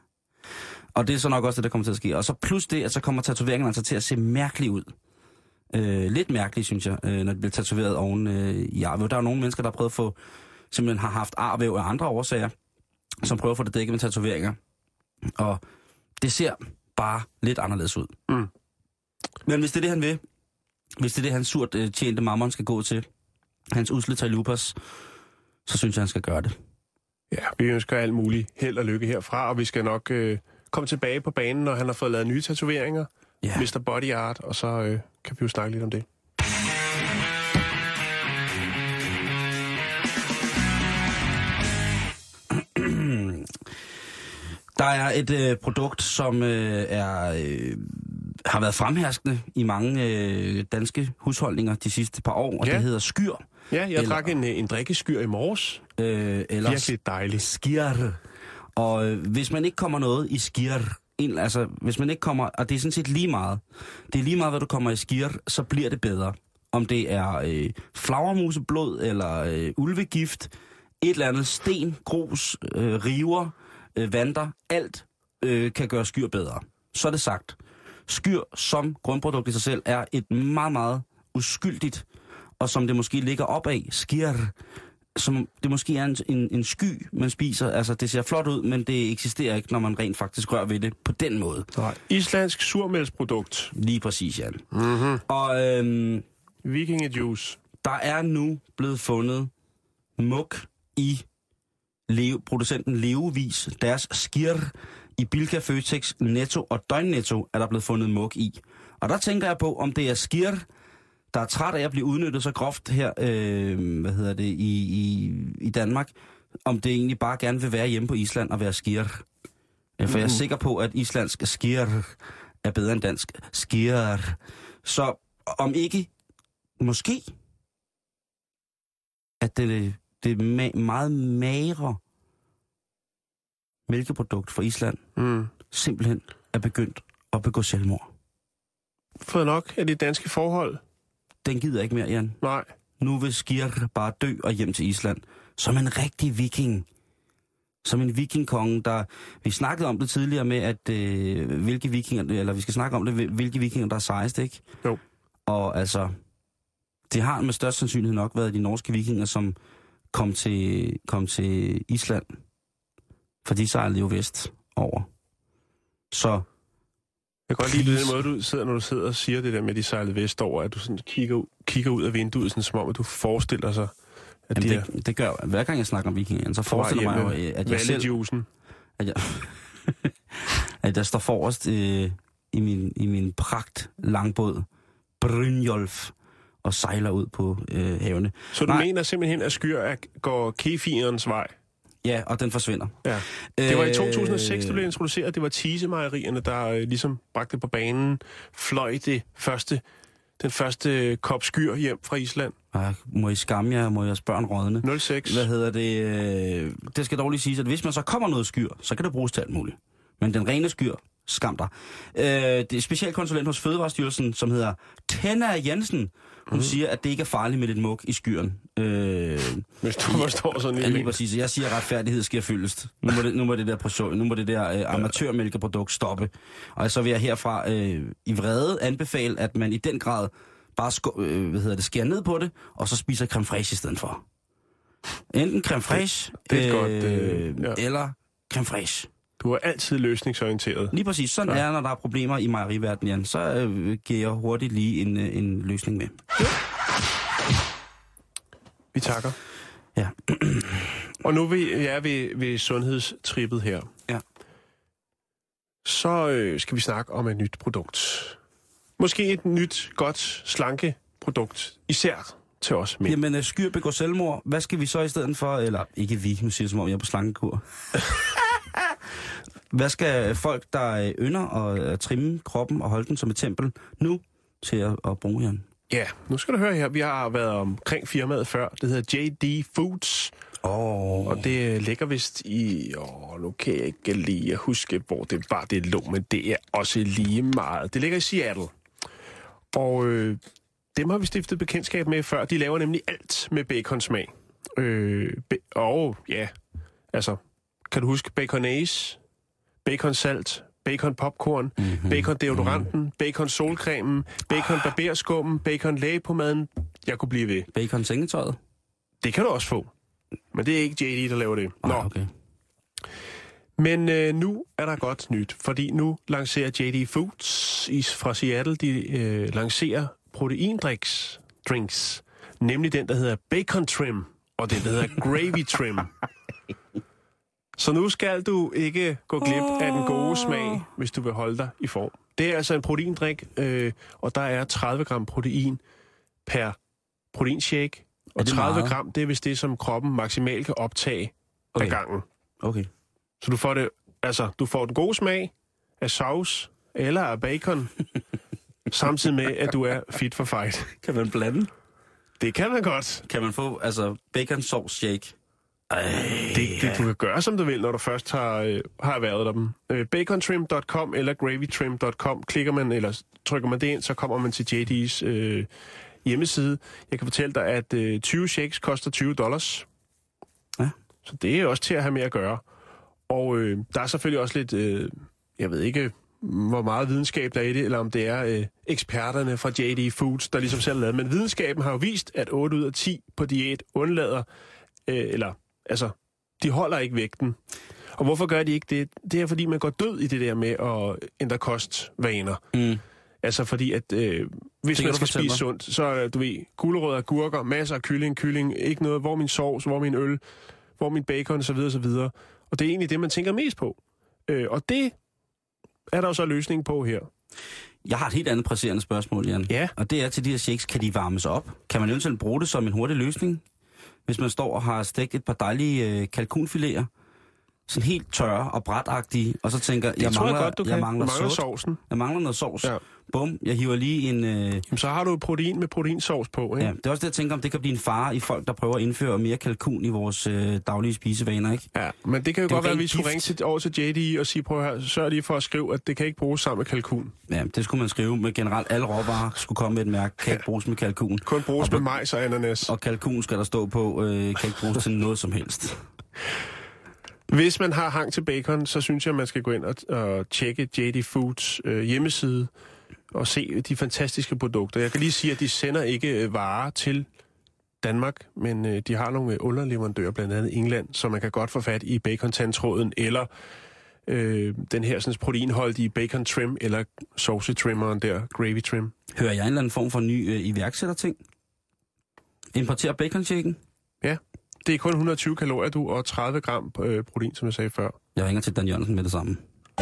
Og det er så nok også det, der kommer til at ske. Og så plus det, at så kommer tatoveringen altså til at se mærkelig ud. Øh, lidt mærkeligt, synes jeg, øh, når det bliver tatoveret oven øh, i armen. Der er jo nogle mennesker, der har prøvet at få simpelthen har haft arvæv af andre årsager, som prøver at få det dækket med tatoveringer. Og det ser bare lidt anderledes ud. Mm. Men hvis det er det, han vil, hvis det er det, hans surt øh, tjente mammon skal gå til, hans usle talupas, så synes jeg, han skal gøre det. Ja, vi ønsker alt muligt held og lykke herfra, og vi skal nok øh, komme tilbage på banen, når han har fået lavet nye tatoveringer. Ja. mister Body Art, og så øh, kan vi jo snakke lidt om det. Der er et øh, produkt, som øh, er, øh, har været fremherskende i mange øh, danske husholdninger de sidste par år, og ja. det hedder Skyr. Ja, jeg eller, drak en, en drikkeskyr i morges. Øh, eller Virkelig dejligt. Skir. Og øh, hvis man ikke kommer noget i Skir, en, altså hvis man ikke kommer, og det er sådan set lige meget, det er lige meget, hvad du kommer i Skir, så bliver det bedre. Om det er øh, flagermuseblod, eller øh, ulvegift, et eller andet sten, grus, øh, river, øh, vanter, alt øh, kan gøre Skyr bedre. Så er det sagt. Skyr som grundprodukt i sig selv er et meget, meget uskyldigt, og som det måske ligger op af, Skir, som det måske er en, en, en sky, man spiser. Altså, det ser flot ud, men det eksisterer ikke, når man rent faktisk rører ved det på den måde. Nej. Islandsk surmælksprodukt. Lige præcis, Jan. Mm-hmm. Og øhm, vikingejuice. Der er nu blevet fundet muk i leve, producenten Levevis, deres Skir i Bilka, Føtex, Netto og Døgnnetto er der blevet fundet muk i. Og der tænker jeg på, om det er Skir, der er træt af at blive udnyttet så groft her, øh, hvad hedder det, i, i, i Danmark, om det egentlig bare gerne vil være hjemme på Island og være Skir. Ja, for jeg er sikker på, at islandsk Skir er bedre end dansk Skir. Så om ikke, måske, at det, det ma- meget magre mælkeprodukt fra Island mm. simpelthen er begyndt at begå selvmord. Fået nok af de danske forhold? Den gider ikke mere, Jan. Nej. Nu vil Skir bare dø og hjem til Island. Som en rigtig viking. Som en vikingkonge, der... Vi snakkede om det tidligere med, at øh, hvilke vikinger... Eller vi skal snakke om det, hvilke vikinger, der er sejest, ikke? Jo. Og altså... Det har med størst sandsynlighed nok været de norske vikinger, som kom til, kom til Island. For de sejlede jo vest over. Så... Jeg kan godt lide den måde, du sidder, når du sidder og siger det der med, at de sejlede vestover, at du sådan kigger, ud, kigger ud af vinduet, sådan, som om, at du forestiller sig, at Jamen de det, er... det gør jeg. Hver gang jeg snakker om vikingerne, så forestiller jeg mig jo, at jeg selv... At jeg, at jeg står forrest øh, i, min, i min pragt langbåd, Brynjolf, og sejler ud på øh, havene. Så du Nej. mener simpelthen, at Skyr er, går kefirens vej? Ja, og den forsvinder. Ja. Det var i to tusind og seks, det blev introduceret. Det var Thise-mejerierne, der øh, ligesom bragte på banen, fløj det første, den første kop Skyr hjem fra Island. Ej, må I skamme jer, må jeres børn rådne. nul seks. Hvad hedder det? Øh, det skal dog lige siges, at hvis man så kommer noget Skyr, så kan det bruges til alt muligt. Men den rene Skyr, skam dig. Øh, det er specialkonsulent hos Fødevarestyrelsen, som hedder Tenna Jensen. Hun mm. siger, at det ikke er farligt med lidt muk i Skyren. Øh, Hvis du forstår sådan en lige præcis. Jeg siger, at retfærdighed sker fyldest. Nu må det, nu må det der, nu må det der øh, amatørmælkeprodukt stoppe. Og så vil jeg herfra øh, i vrede anbefale, at man i den grad bare sko- øh, hvad hedder det, skærer ned på det, og så spiser creme fraiche i stedet for. Enten creme fraiche, det, det er øh, godt, øh, ja. eller creme fraiche. Du er altid løsningsorienteret. Lige præcis. Sådan ja. er, når der er problemer i mejeriverdenen, Jan. Så øh, giver jeg hurtigt lige en, øh, en løsning med. Vi takker. Ja. Og nu er vi ja, ved, ved sundhedstrippet her. Ja. Så øh, skal vi snakke om et nyt produkt. Måske et nyt, godt, slanke produkt. Især til os mænd. Jamen, uh, Skyr begår selvmord. Hvad skal vi så i stedet for? Eller ikke vi, nu siger det som om jeg er på slankekur. Hvad skal folk, der ynder at trimme kroppen og holde den som et tempel, nu til at, at bruge, Jan? Ja, nu skal du høre her. Vi har været omkring firmaet før. Det hedder J D Foods. Oh. Og det ligger vist i... Åh, nu kan jeg ikke lige huske, hvor det var, det lå, men det er også lige meget. Det ligger i Seattle. Og øh, dem har vi stiftet bekendtskab med før. De laver nemlig alt med baconsmag. Øh, be- og ja, altså, kan du huske baconaise? Bacon salt, bacon popcorn, mm-hmm. bacon deodoranten, mm-hmm. bacon solcremen, bacon barberskummen, bacon lægepomaden. Jeg kunne blive ved. Bacon sengetøjet? Det kan du også få. Men det er ikke J D, der laver det. Nå. Ah, okay. Men øh, nu er der godt nyt, fordi nu lancerer J D Foods i, fra Seattle, de øh, lancerer proteindrinks, drinks, nemlig den, der hedder Bacon Trim, og den, der hedder Gravy Trim. Så nu skal du ikke gå glip af den gode smag, hvis du vil holde dig i form. Det er altså en proteindrik, øh, og der er tredive gram protein per proteinshake, og tredive meget? gram, det er vist det, som kroppen maksimalt kan optage okay. af gangen. Okay. Så du får det, altså, du får den gode smag af sauce eller af bacon, samtidig med, at du er fit for fight. Kan man blande? Det kan man godt. Kan man få, altså, bacon sauce shake? Ej, det, det, du kan gøre, som du vil, når du først har, øh, har erhvervet dig dem. Øh, bacontrim punktum com eller gravytrim punktum com. Klikker man, eller trykker man det ind, så kommer man til J D's øh, hjemmeside. Jeg kan fortælle dig, at øh, tyve shakes koster tyve dollars. Ja. Så det er også til at have med at gøre. Og øh, der er selvfølgelig også lidt, øh, jeg ved ikke, hvor meget videnskab der er i det, eller om det er øh, eksperterne fra J D Foods, der ligesom selv har lavet. Men videnskaben har jo vist, at otte ud af ti på diæt undlader, øh, eller altså, de holder ikke vægten. Og hvorfor gør de ikke det? Det er, fordi man går død i det der med at ændre kostvaner. Mm. Altså fordi, at øh, hvis det man skal spise sundt, så er du ved, gulerødder, gurker, masser af kylling, kylling, ikke noget, hvor min sovs, hvor min øl, hvor min bacon, osv. osv. Og det er egentlig det, man tænker mest på. Øh, og det er der jo så løsning på her. Jeg har et helt andet presserende spørgsmål, Jan. Ja. Og det er til de her shakes, kan de varmes op? Kan man eventuelt bruge det som en hurtig løsning? Hvis man står og har stegt et par dejlige øh, kalkunfiléer, sådan helt tørre og brætagtige, og så tænker, det jeg tror mangler, jeg godt, du jeg kan. mangler, mangler sovs. sovsen. Jeg mangler noget sovs. Ja. Bum, jeg hiver lige en... Øh... Jamen, så har du protein med proteinsovs på, ikke? Ja, det er også det, jeg tænker, om det kan blive en fare i folk, der prøver at indføre mere kalkun i vores øh, daglige spisevaner, ikke? Ja, men det kan jo det godt være, at vi skulle gift. ringe til, over til J D og sige, prøv her, sørg lige for at skrive, at det kan ikke bruges sammen med kalkun. Ja, det skulle man skrive med generelt. Alle råvarer skulle komme med et mærke, kan ja. ikke bruges med kalkun. Kun bruges og med majs og ananas. Og kalkun skal der stå på, øh, kan ikke bruges til noget som helst. Hvis man har hang til bacon, så synes jeg, at man skal gå ind og, og tjekke J D Foods øh, hjemmeside og se de fantastiske produkter. Jeg kan lige sige, at de sender ikke øh, varer til Danmark, men øh, de har nogle underleverandører, blandt andet England, så man kan godt få fat i bacon-tandtråden, eller øh, den her sådan, proteinholdige bacon trim, eller sauce-trimmeren der, gravy trim. Hører jeg en eller anden form for ny øh, iværksætterting? Importere bacon-shaken? Ja. Det er kun et hundrede og tyve kalorier, du, og tredive gram øh, protein, som jeg sagde før. Jeg ringer til Dan Jørgensen med det samme.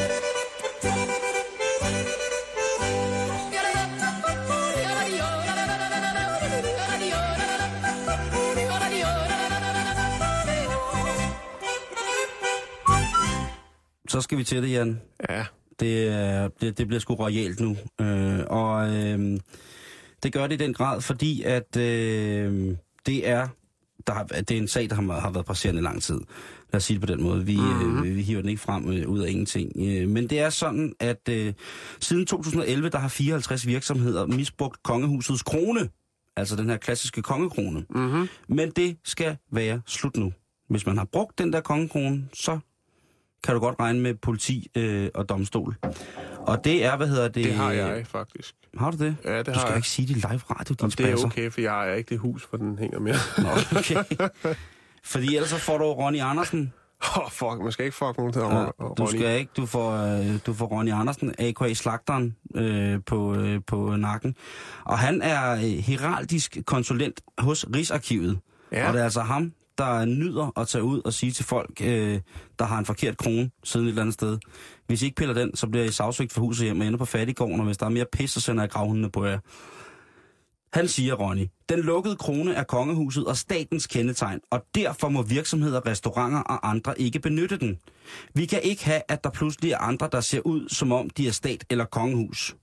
Så skal vi til det, Jan. Ja. Det, det, det bliver sgu royalt nu. Øh, og øh, det gør det i den grad, fordi at øh, det er... Der har, det er en sag, der har, har været presserende i lang tid. Lad os sige det på den måde. Vi, mm-hmm. øh, vi hiver den ikke frem øh, ud af ingenting. Øh, men det er sådan, at øh, siden to tusind og elleve, der har fireoghalvtreds virksomheder misbrugt kongehusets krone. Altså den her klassiske kongekrone. Mm-hmm. Men det skal være slut nu. Hvis man har brugt den der kongekrone, så kan du godt regne med politi øh, og domstol. Og det er, hvad hedder det... Det har jeg faktisk. Har du det? Ja, det du har skal jeg. ikke sige det live radio, din Det er spasser. okay, for jeg er ikke det hus, hvor den hænger mere. Nå, okay. Fordi ellers så får du Ronny Andersen. Åh, oh, fuck, man skal ikke fuck nogen til Ja, Ronny. du skal ikke, du får, øh, du får Ronny Andersen, a k a. Slagteren, øh, på, øh, på nakken. Og han er øh, heraldisk konsulent hos Rigsarkivet. Ja. Og det er altså ham, der nyder at tage ud og sige til folk, øh, der har en forkert krone siden et eller andet sted. Hvis I ikke piller den, så bliver I sagsøgt for huset hjem og ender på fattiggården, og hvis der er mere pis, så sender jeg gravhundene på jer. Han siger, Ronny, den lukkede krone er kongehuset og statens kendetegn, og derfor må virksomheder, restauranter og andre ikke benytte den. Vi kan ikke have, at der pludselig er andre, der ser ud, som om de er stat eller kongehus.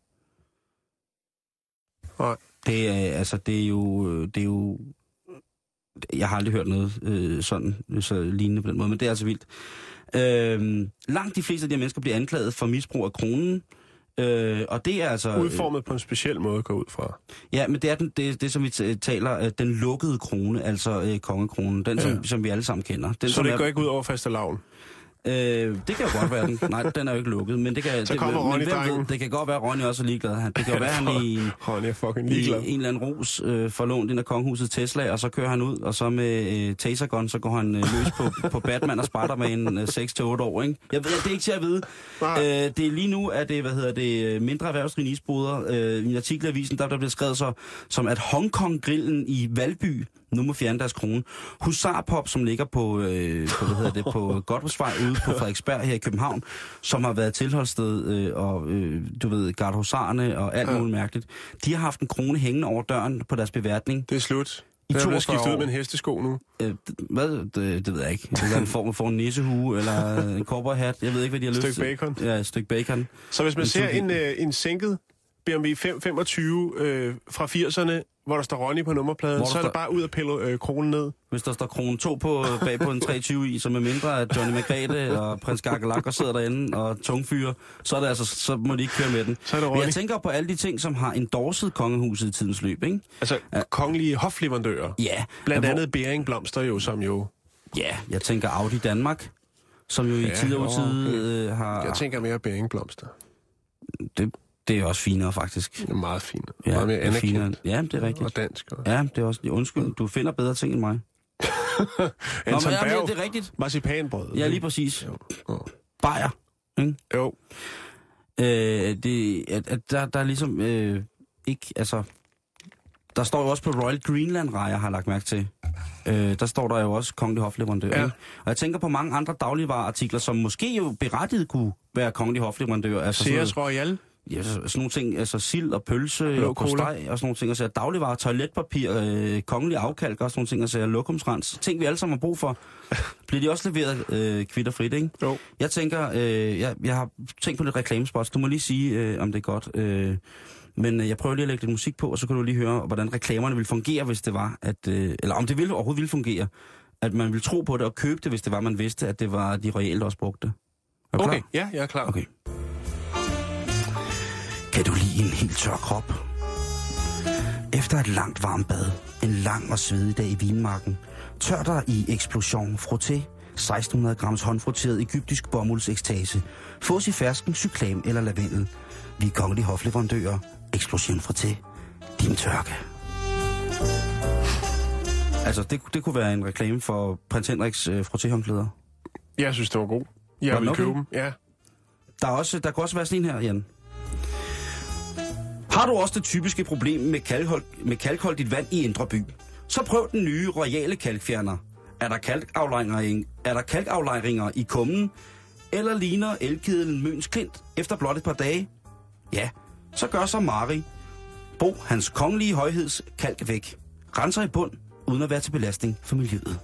Nej. Det er, altså, det er jo... Det er jo jeg har aldrig hørt noget øh, sådan, så lignende på den måde, men det er altså vildt. Øh, langt de fleste af de her mennesker bliver anklaget for misbrug af kronen, øh, og det er altså... Udformet på en speciel måde går ud fra. Ja, men det er den, det, det som vi taler, øh, den lukkede krone, altså øh, kongekronen, den som, ja. som vi alle sammen kender. Den, så som det er, går ikke ud over fastelavn? Øh, det kan jo godt være den. Nej, den er jo ikke lukket, men det kan, Så det, kommer men Ronny, hvem drengen. ved, det kan godt være, at Ronny også er ligeglad. Han- Det kan jo være, at han i, Ronny er fucking i ligeglad. en eller anden ros øh, får lånt ind af kongehuset Tesla, og så kører han ud, og så med øh, tasergun, så går han øh, løs på, på Batman og Spider-Man øh, seks til otte år, ikke? Jeg ved, det er ikke til at vide. Nej. Øh, det er lige nu, at det, hvad hedder det, mindre erhvervsdrivende øh, i en artikel i avisen, der, der bliver skrevet så, som at Hongkong-grillen i Valby nu må fjerne deres krone. Husarpop, som ligger på, øh, på, hvad hedder det, på Godthåbsvej ude på Frederiksberg her i København, som har været tilholdssted, øh, og øh, du ved, gardhusarerne og alt Ja. muligt mærkeligt. De har haft en krone hængende over døren på deres beværtning. Det er slut. I Det er toogfyrre skiftet ud år. med en hestesko nu. Øh, hvad? Det, det ved jeg ikke. Det er en form for en nissehue, eller en cowboyhat. Jeg ved ikke, hvad de har lyst til. Et stykke bacon. Ja, et stykke bacon. Så hvis man En ser Suzuki. en, øh, en sænket B M W fem femogtyve øh, fra firserne, hvor der står Ronny på nummerpladen, Hvor der så er det står- bare ud at pille øh, kronen ned. Hvis der står krone to på, bag på en tre tyve i, som er mindre af Johnny Margrethe og prins Gakkelak sidder derinde og tungfyre, så, er det altså, så må de ikke køre med den. Så er det Men Ronny. jeg tænker på alle de ting, som har endorset kongehuset i tidens løb, ikke? Altså kongelige hofleverandører. Ja. Blandt hvor- andet Bering Blomster jo, som jo... Ja, jeg tænker Audi Danmark, som jo i Ja, tid og jo, utid okay. øh, har... Jeg tænker mere Bering Blomster. det, det er også finere, faktisk. Det er meget fint. Ja, meget mere det er finere. anerkendt. Ja, det er rigtigt. Og dansk også. Ja, det er også... Undskyld, du finder bedre ting end mig. Nå, men Anton ja, Berg, det er rigtigt. marcipanbrød. Ja, lige præcis. Jo. Jo. Bajer. Ikke? jo. Øh, det, at, at der, der er ligesom øh, ikke, altså, der står jo også på Royal Greenland rejer, har jeg lagt mærke til. Øh, der står der jo også kongelig hofleverandør. Ja. Ja. Og jeg tænker på mange andre dagligvareartikler, som måske jo berettiget kunne være kongelig hofleverandør. Altså sådan, Ceres Royal. ja, så- sådan nogle ting, altså sild og pølse Blå og cola. postej og sådan nogle ting. Altså dagligvarer, toiletpapir, øh, kongelig afkalk og sådan nogle ting. Altså lokumsrens. Ting vi alle sammen har brug for. Bliver de også leveret øh, kvitterfrit, ikke? Jo. Jeg tænker, øh, jeg, jeg har tænkt på lidt reklamespots. Du må lige sige, øh, om det er godt. Øh, men øh, jeg prøver lige at lægge lidt musik på, og så kan du lige høre, hvordan reklamerne ville fungere, hvis det var, at, øh, eller om det ville, overhovedet ville fungere. At man ville tro på det og købe det, hvis det var, man vidste, at det var de reelt også brugte. Er du Okay, klar? ja, jeg er klar. Okay. Kan du lide en helt tør krop? Efter et langt varmt bad, en lang og svedig dag i vinmarken, tør dig i Explosion Frotté, seksten hundrede grams håndfrotteret egyptisk bomuldsekstase. Fås i fersken, cyklam eller lavendel. Vi er kongelige hofleverandører. Explosion Frotté. Din tørke. Altså, det, det kunne være en reklame for prins Henriks øh, frottéhåndklæder. Jeg synes, det var god. Var Jeg den vil okay? købe dem. Ja. Der, er også, der kan også være sådan en her, Jan. Har du også det typiske problem med, kalkhold, med kalkholdigt vand i Indre By? Så prøv den nye royale kalkfjerner. Er der kalkaflejringer, er der kalkaflejringer i kummen? Eller ligner elkedlen Møns Klint efter blot et par dage? Ja, så gør så Mari. Brug hans kongelige højheds kalk væk. Renser i bund, uden at være til belastning for miljøet.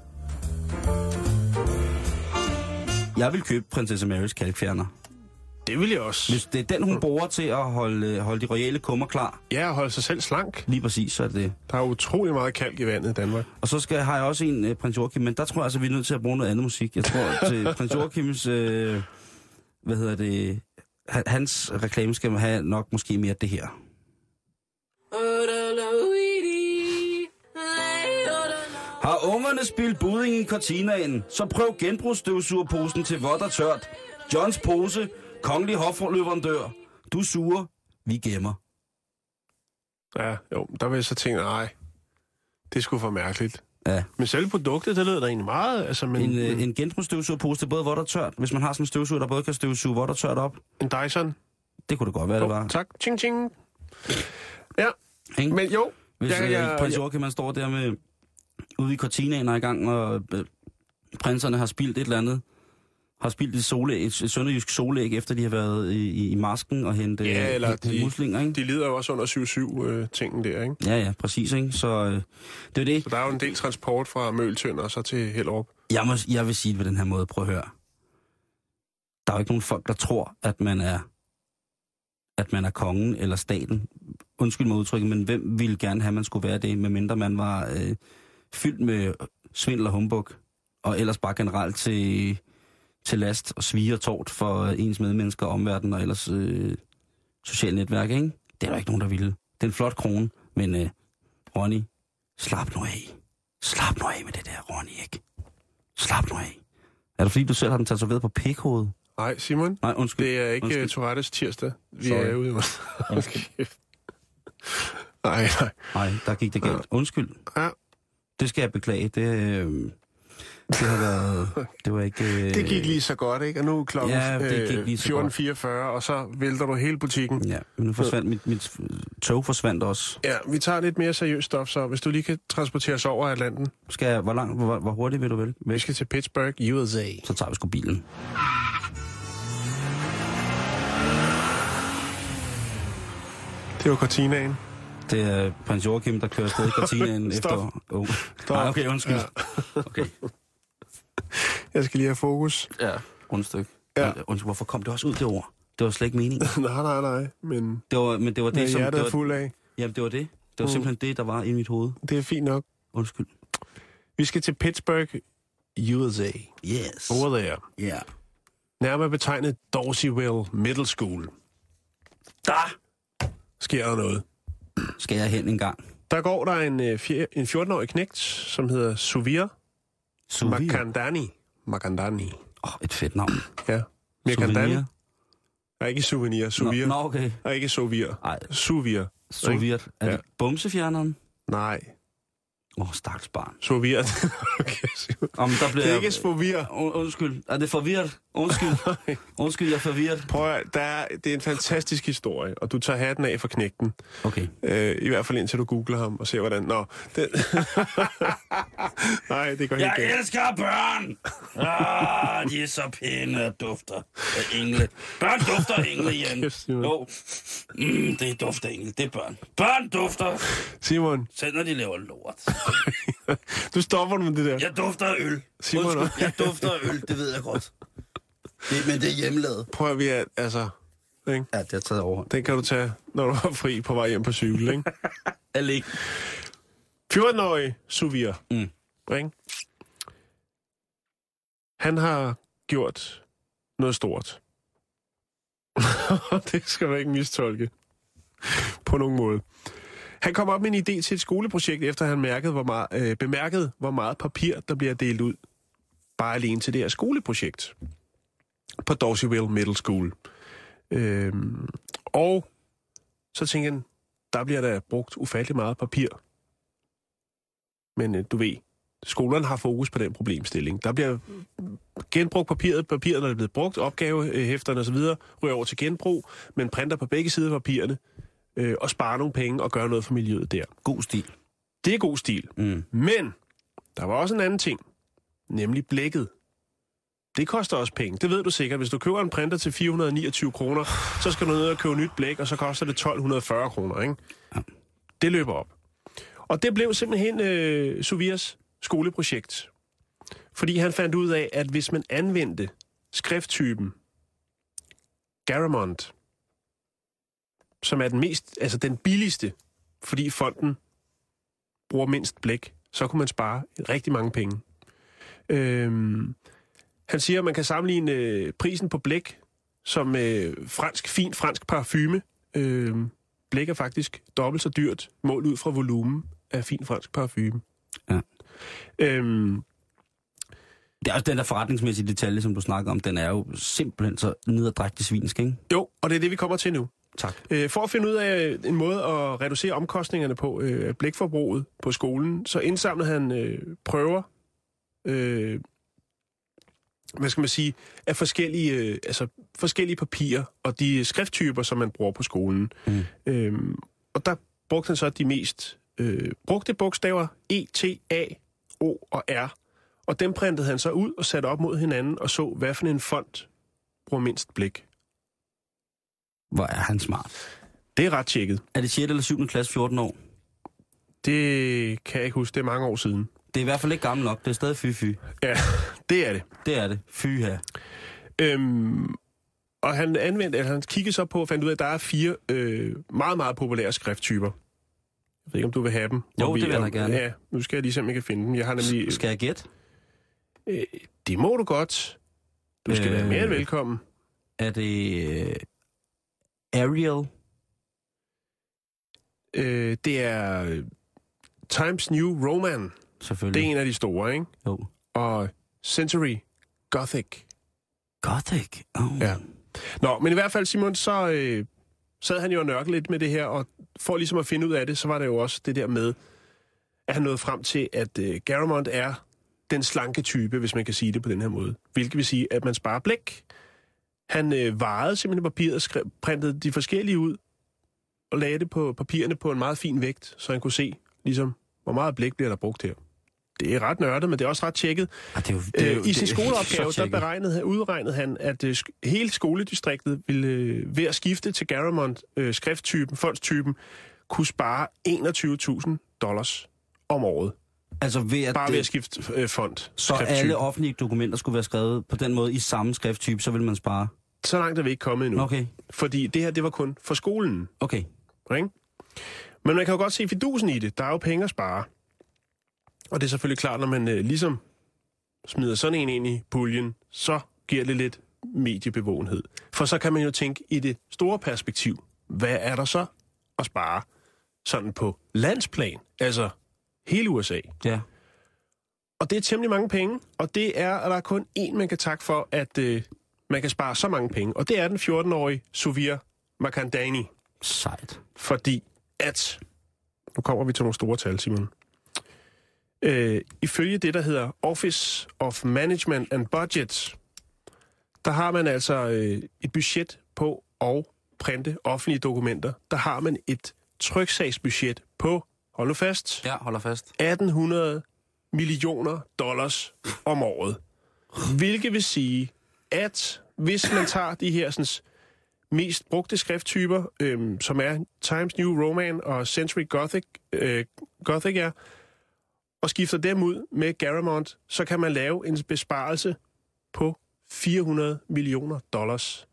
Jeg vil købe prinsesse Marys kalkfjerner. Det vil jeg også. Hvis det er den, hun bruger til at holde, holde de royale kummer klar, Ja, at holde sig selv slank. lige præcis, så er det det. Der er utrolig meget kalk i vandet i Danmark. Og så skal, har jeg også en uh, prins Joachim, men der tror jeg altså, vi er nødt til at bruge noget andet musik. Jeg tror, til prins Joachims, øh, hvad hedder det, han- hans reklame skal have nok måske mere det her. Har ungerne spildt budding i cortinaen, så prøv genbrugsstøvsugerposen til vådt og tørt. Johns pose, kongelig hofleverandør. Du suger, vi gemmer. Ja, jo, der vil jeg så tænke, nej, det er sgu for mærkeligt. Ja. Men selve produktet, det lyder da egentlig meget, altså, men En, øh, en genbrugsstøvsugerpose til både vådt og tørt. Hvis man har sådan en støvsuger, der både kan støvsuge vådt og tørt op. en Dyson. Det kunne det godt være, det var. Oh, tak, ching ching. Ja, Ikke? men jo, Hvis jeg, øh, jeg, prins jeg, Joachim, man står der med ude i cortinaen er i gang, og øh, prinserne har spildt et eller andet, har spildt et, solæg, et, et sønderjysk solæg, efter de har været i, i, i masken og hentet Ja, eller hentet de- muslinger, ikke? de lider jo også under syv syv-tingen der, ikke? Ja, ja, præcis, ikke? Så øh, det er det. Så der er jo en del transport fra Møltønder og så til Hellerup. Jeg, må, jeg vil sige det på den her måde. Prøv at høre. Der er jo ikke nogen folk, der tror, at man er at man er kongen eller staten. Undskyld mig udtrykket, men hvem ville gerne have, at man skulle være det, medmindre man var øh, fyldt med svindel og humbug, og ellers bare generelt til, til last og svige og tort for ens medmennesker, omverdenen og ellers øh, sociale netværk, ikke? Det er der ikke nogen, der ville. Det er en flot krone, men øh, Ronny, slap nu af. Slap nu af med det der, Ronny, ikke? Slap nu af. Er det fordi, du selv har den tatoveret på pikhovedet? Nej, Simon. Nej, undskyld. Det er ikke undskyld. Tourettes tirsdag. Vi Sorry. er ude. Nej, nej. Nej, der gik det galt. Ja. Undskyld. Ja. Det skal jeg beklage. Det, øh, det har været... Det var ikke... Øh, Det gik lige så godt, ikke? Og nu er klokken Ja, det gik lige så fjorten godt. fireogfyrre, og så vælter du hele butikken. Ja, men nu forsvandt mit, mit tog forsvandt også. Ja, vi tager lidt mere seriøst stof, så hvis du lige kan transportere os over Atlanten. Skal jeg, hvor, langt, hvor, hvor hurtigt vil du vel? Vi skal til Pittsburgh, U S A. Så tager vi sgu bilen. Det var Cortinaen. Det er prins Joachim, der kører afsted i Cortinaen Stop. efter... Oh. Stop. Nej, okay, undskyld. Ja. Okay. Jeg skal lige have fokus. Ja, rundstykke. Ja. Ja. Undskyld, hvorfor kom det også ud det ord? Det var slet ikke meningen. nej, nej, nej, men Det var, men det var det, det, som... hjertet Det er var, fuld af. jamen, det var det. Det var Mm. simpelthen det, der var i mit hoved. Det er fint nok. Undskyld. Vi skal til Pittsburgh, U S A. Yes. Over there. Ja. Yeah. Nærmere betegnet Dorseyville Middle School. Der sker der noget. Skal jeg hen en gang? Der går der en, øh, fjer- en fjorten-årig knægt, som hedder Suvir Souvenir. Makandani. Makandani. Åh, oh, et fedt navn. Ja. Makandani. Souvenir. Er ikke souvenir, Suvir. Nå, nå, okay. Er ikke Suvir. Ej, Suvir. Sovjet. Er Ja. det bumsefjerneren? Nej. Åh, oh, stakkels barn. Suvir. okay, Om der bliver... det er ikke Suvir. Un- undskyld. Er det forvirret? Undskyld. Undskyld, jeg er forvirret. Prøv at, der er, det er en fantastisk historie, og du tager hatten af for knægten. Okay. Øh, I hvert fald indtil du googler ham og ser, hvordan... Nå, det... Nej, det går helt Jeg galt. elsker børn! Ah, de er så pæne og dufter af engle. Børn dufter af engle, Jan. Kæft, Simon. Jo. Mm, det er duft af engle, det er børn. Børn dufter, Simon, selv når de laver lort. du stopper nu med det der. Jeg dufter af øl. Simon, Undskyld, jeg dufter af øl, det ved jeg godt. Det, men det er hjemmelavet. Prøv at vi er, altså... Ikke? Ja, det har taget over. Den kan du tage, når du er fri på vej hjem på cykel, ikke? Alene. fjorten-årig Suvir. Mm. Ikke? Han har gjort noget stort. Det skal du ikke mistolke. På nogen måde. Han kom op med en idé til et skoleprojekt, efter han mærkede, hvor meget, øh, bemærkede, hvor meget papir, der bliver delt ud. Bare alene til det her skoleprojekt. På Dorseyville Middle School. Øhm, og så tænkte han, der bliver der brugt ufattelig meget papir. Men øh, du ved, skolerne har fokus på den problemstilling. Der bliver genbrugt papiret, papiret der er blevet brugt, opgavehæfterne osv., ryger over til genbrug, men printer på begge sider af papirerne, øh, og sparer nogle penge og gør noget for miljøet der. God stil. Det er god stil. Mm. Men der var også en anden ting, nemlig blækket. Det koster også penge. Det ved du sikkert. Hvis du køber en printer til fire hundrede og niogtyve kroner, så skal du ned og købe nyt blæk, og så koster det tolv fyrre kroner, ikke? Ja. Det løber op. Og det blev simpelthen øh, Suvirs skoleprojekt. Fordi han fandt ud af, at hvis man anvendte skrifttypen Garamond, som er den mest, altså den billigste, fordi fonden bruger mindst blæk, så kunne man spare rigtig mange penge. Øhm, han siger, at man kan sammenligne øh, prisen på blæk som øh, fransk, fin fransk parfume. Øh, blæk er faktisk dobbelt så dyrt, målt ud fra volumen af fin fransk parfume. Ja. Øhm, Det er også den der forretningsmæssige detalje, som du snakker om, den er jo simpelthen så nederdrægtig svinsk, ikke? jo, og det er det, vi kommer til nu. Tak. Øh, for at finde ud af en måde at reducere omkostningerne på øh, blækforbruget på skolen, så indsamlede han øh, prøver, øh, hvad skal man sige, af forskellige, øh, altså forskellige papirer og de skrifttyper, som man bruger på skolen. Mm. Øhm, og der brugte han så de mest øh, brugte bogstaver E, T, A, O og R. Og dem printede han så ud og satte op mod hinanden og så, hvad for en font bruger mindst blæk. Hvor er han smart. Det er ret tjekket. Er det sjette eller syvende klasse, fjorten år? Det kan jeg ikke huske. Det er mange år siden. Det er i hvert fald ikke gammel nok. Det er stadig fy-fy. Ja, det er det. Det er det. Fy her. Øhm, og han anvendte, eller han kiggede så på og fandt ud af, at der er fire øh, meget, meget populære skrifttyper. Jeg ved ikke, om du vil have dem. Jo, Og vi- det vil jeg da gerne. Ja, nu skal jeg lige se, om jeg kan finde dem. Jeg har nemlig... Skal jeg gætte? Øh, det må du godt. Du skal øh, være mere end velkommen. Er det øh, Arial? Øh, det er øh, Times New Roman. Selvfølgelig. Det er en af de store, ikke? Jo. Og Century Gothic. Gothic? Oh. Ja. Nå, men i hvert fald, Simon, så øh, sad han jo og nørklede lidt med det her, og for ligesom at finde ud af det, så var det jo også det der med, at han nåede frem til, at øh, Garamond er den slanke type, hvis man kan sige det på den her måde. Hvilket vil sige, at man sparer blæk. Han øh, varede simpelthen papiret, skrev, printede de forskellige ud, og lagde det på papirerne på en meget fin vægt, så han kunne se, ligesom, hvor meget blæk bliver der brugt her. Det er ret nørdet, men det er også ret tjekket. Ah, det er jo, det er jo, øh, I sin det er skoleopgave, der beregnede, udregnede han, at øh, hele skoledistriktet ville øh, ved at skifte til Garamond øh, skrifttypen, fondstypen, kunne spare enogtyve tusind dollars om året. Altså ved at Bare det, ved at skifte øh, fond. Så skrifttype. alle offentlige dokumenter skulle være skrevet på den måde i samme skrifttype, så vil man spare? Så langt er vi ikke kommet endnu. Okay. Fordi det her, det var kun for skolen. Okay. Ikke? Men man kan jo godt se fidusen i det. Der er jo penge at spare. Og det er selvfølgelig klart, når man øh, ligesom smider sådan en ind i puljen, så giver det lidt mediebevågenhed. For så kan man jo tænke i det store perspektiv. Hvad er der så at spare sådan på landsplan? Altså hele U S A. Ja. Og det er temmelig mange penge, og det er, at der er kun én, man kan takke for, at øh, man kan spare så mange penge. Og det er den fjorten-årige Suvir Makandani. Sejt. Fordi at, nu kommer vi til nogle store tal, Simon. Øh, ifølge det, der hedder Office of Management and Budget, der har man altså øh, et budget på at printe offentlige dokumenter. Der har man et tryksagsbudget på, hold nu fast, Ja, holder fast. atten hundrede millioner dollars om året. Hvilket vil sige, at hvis man tager de her sådan, mest brugte skrifttyper, øhm, som er Times New Roman og Century Gothic, øh, Gothic er, og skifter dem ud med Garamond, så kan man lave en besparelse på fire hundrede millioner dollars.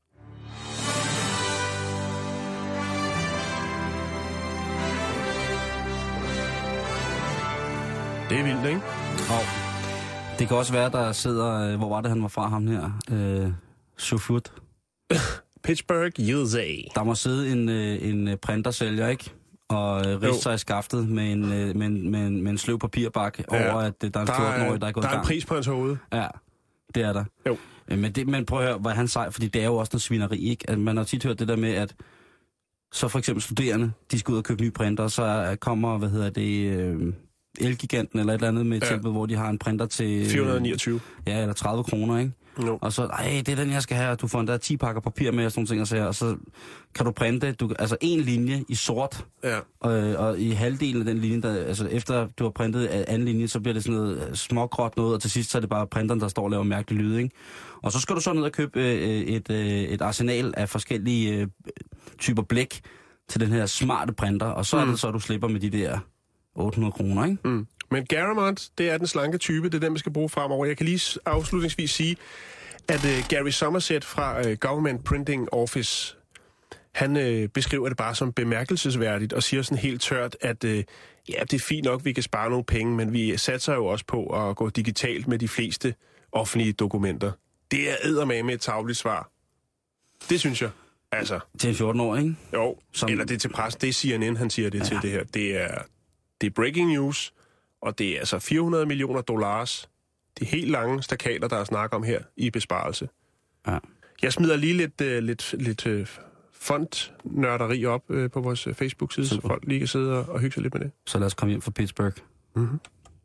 Det er vildt, ikke? Og det kan også være, der sidder... Hvor var det, han var fra ham her? Øh, Shufut. Pittsburgh, U S A. Der må sidde en, en printersælger, ikke? Og øh, riste sig i skaftet med en, øh, med en, med en, med en sløv papirbak ja. over, at øh, der er en fjorten-årig, der er gået i gang. Der er en pris på hans hoved. Ja, det er der. Jo. Men, det, men prøv at høre, hvad han sej, fordi det er jo også noget svineri, ikke? At man har tit hørt det der med, at så for eksempel studerende, de skal ud og købe nye printer, så kommer, hvad hedder det, øh, Elgiganten eller et eller andet med et ja. tilbud, hvor de har en printer til... fire hundrede niogtyve. Ja, eller tredive kroner, ikke? No. Og så, ej, det er den, jeg skal have, og du får endda ti pakker papir med, og sådan nogle ting, og så, og så kan du printe, du, altså en linje i sort, ja. og, og i halvdelen af den linje, der, altså efter du har printet anden linje, så bliver det sådan noget smågråt noget, og til sidst så er det bare printeren, der står og laver mærkelig lyd, ikke? Og så skal du så ned og købe øh, et, øh, et arsenal af forskellige øh, typer blæk til den her smarte printer, og så mm. er det så, du slipper med de der otte hundrede kroner, ikke? Mm. Men Garamond, det er den slanke type, det er den, man skal bruge fremover. Jeg kan lige afslutningsvis sige, at uh, Gary Somerset fra uh, Government Printing Office, han uh, beskriver det bare som bemærkelsesværdigt og siger sådan helt tørt, at uh, ja, det er fint nok, vi kan spare nogle penge, men vi satser jo også på at gå digitalt med de fleste offentlige dokumenter. Det er eddermame med et tarveligt svar. Det synes jeg. Altså. Til en fjorten år, ikke? Jo, som... eller det er til pres. Det er C N N, han siger det ja. til det her. Det er, det er breaking news. Og det er altså fire hundrede millioner dollars. De helt lange stakater, der er snak om her i besparelse. Ja. Jeg smider lige lidt, uh, lidt, lidt uh, fondnørderi op uh, på vores Facebook-side, så folk lige kan sidde og, og hygge sig lidt med det. Så lad os komme hjem fra Pittsburgh. Mm-hmm.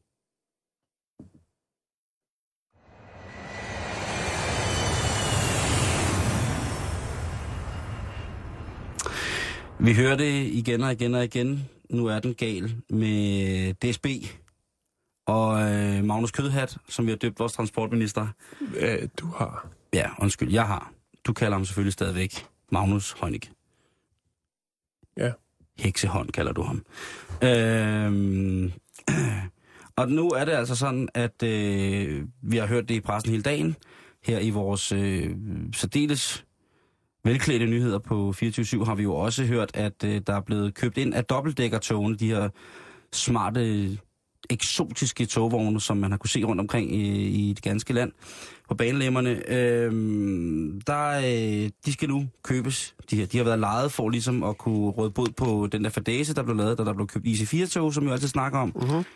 Vi hører det igen og igen og igen. Nu er den gal med D S B og øh, Magnus Kødhat, som vi har døbt vores transportminister. Æh, du har? Ja, undskyld, jeg har. Du kalder ham selvfølgelig stadigvæk Magnus Heunicke. Ja. Heksehånd kalder du ham. Øhm, og nu er det altså sådan, at øh, vi har hørt det i pressen hele dagen. Her i vores øh, særdeles velklædte nyheder på fireogtyve syv har vi jo også hørt, at øh, der er blevet købt ind af dobbeltdækkertogene, de her smarte, eksotiske togvogne, som man har kunne se rundt omkring i, i det ganske land på banelemmerne. Øhm, der, øh, de skal nu købes. De, her, de har været lejet for ligesom at kunne råde bod på den der fadæse, der blev lavet, da der blev købt I C fire tog, som vi altid snakker om. Uh-huh.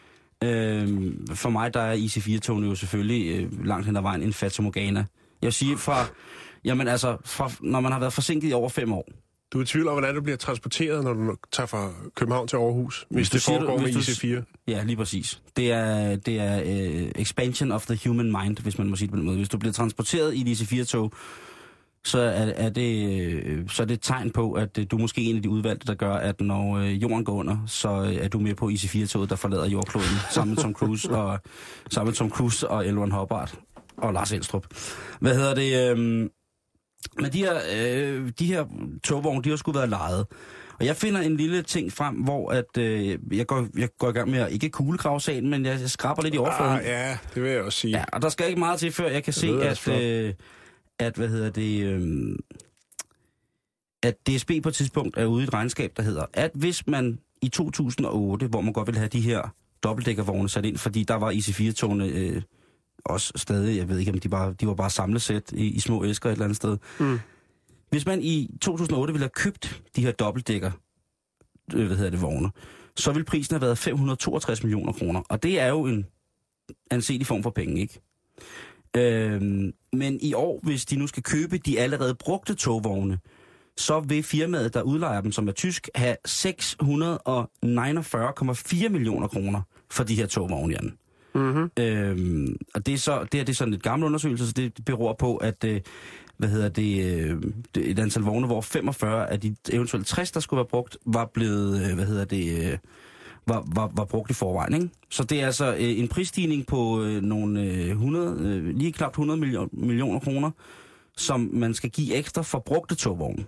Øh, for mig, der er I C fire-togene jo selvfølgelig øh, langt hen ad vejen en fatamorgana. Jeg vil sige, fra, jamen altså, fra, når man har været forsinket i over fem år. Du er i tvivl om, hvordan du bliver transporteret, når du tager fra København til Aarhus, hvis, hvis det foregår med I C fire? Ja, lige præcis. Det er, det er uh, expansion of the human mind, hvis man må sige det på den måde. Hvis du bliver transporteret i et I C fire-tog, så er, er, det, så er det et tegn på, at du er måske en af de udvalgte, der gør, at når jorden går under, så er du med på I C fire-toget, der forlader jordkloden, sammen med Tom Cruise og, sammen med Tom Cruise og L. Ron Hubbard og Lars Elstrup. Hvad hedder det? Øhm, men de her, øh, de her togvogne, de har sgu været lejet. Og jeg finder en lille ting frem, hvor at, øh, jeg, går, jeg går i gang med at ikke kuglegrave sagen, men jeg, jeg skraber lidt i overfladen. Ah, ja, det vil jeg også sige. Ja, og der skal ikke meget til, før jeg kan jeg se, at... Øh, at, hvad hedder det, øhm, at D S B på et tidspunkt er ude i et regnskab, der hedder, at hvis man i to tusind og otte, hvor man godt ville have de her dobbeltdækkervogne sat ind, fordi der var I C fire-togene øh, også stadig, jeg ved ikke, om de, bare, de var bare samlesæt i, i små æsker et eller andet sted. Mm. Hvis man i to tusind og otte ville have købt de her dobbeltdækker, øh, hvad hedder det, vogne, så ville prisen have været fem hundrede og toogtres millioner kroner. Og det er jo en anselig form for penge, ikke? Øhm, men i år, hvis de nu skal købe de allerede brugte togvogne, så vil firmaet, der udlejer dem, som er tysk, have seks hundrede og niogfyrre komma fire millioner kroner for de her togvogne, Jan. Mm-hmm. Øhm, og det er så det er, det er sådan et gammel undersøgelse, så det beror på, at øh, hvad hedder det, øh, et antal vogne, hvor femogfyrre af de eventuelt tres, der skulle være brugt, var blevet, øh, hvad hedder det... Øh, Var, var, var brugt i forvejen, ikke? Så det er altså øh, en prisstigning på øh, nogle øh, hundrede, øh, lige knap hundrede million, millioner kroner, som man skal give ekstra for brugte togvogne.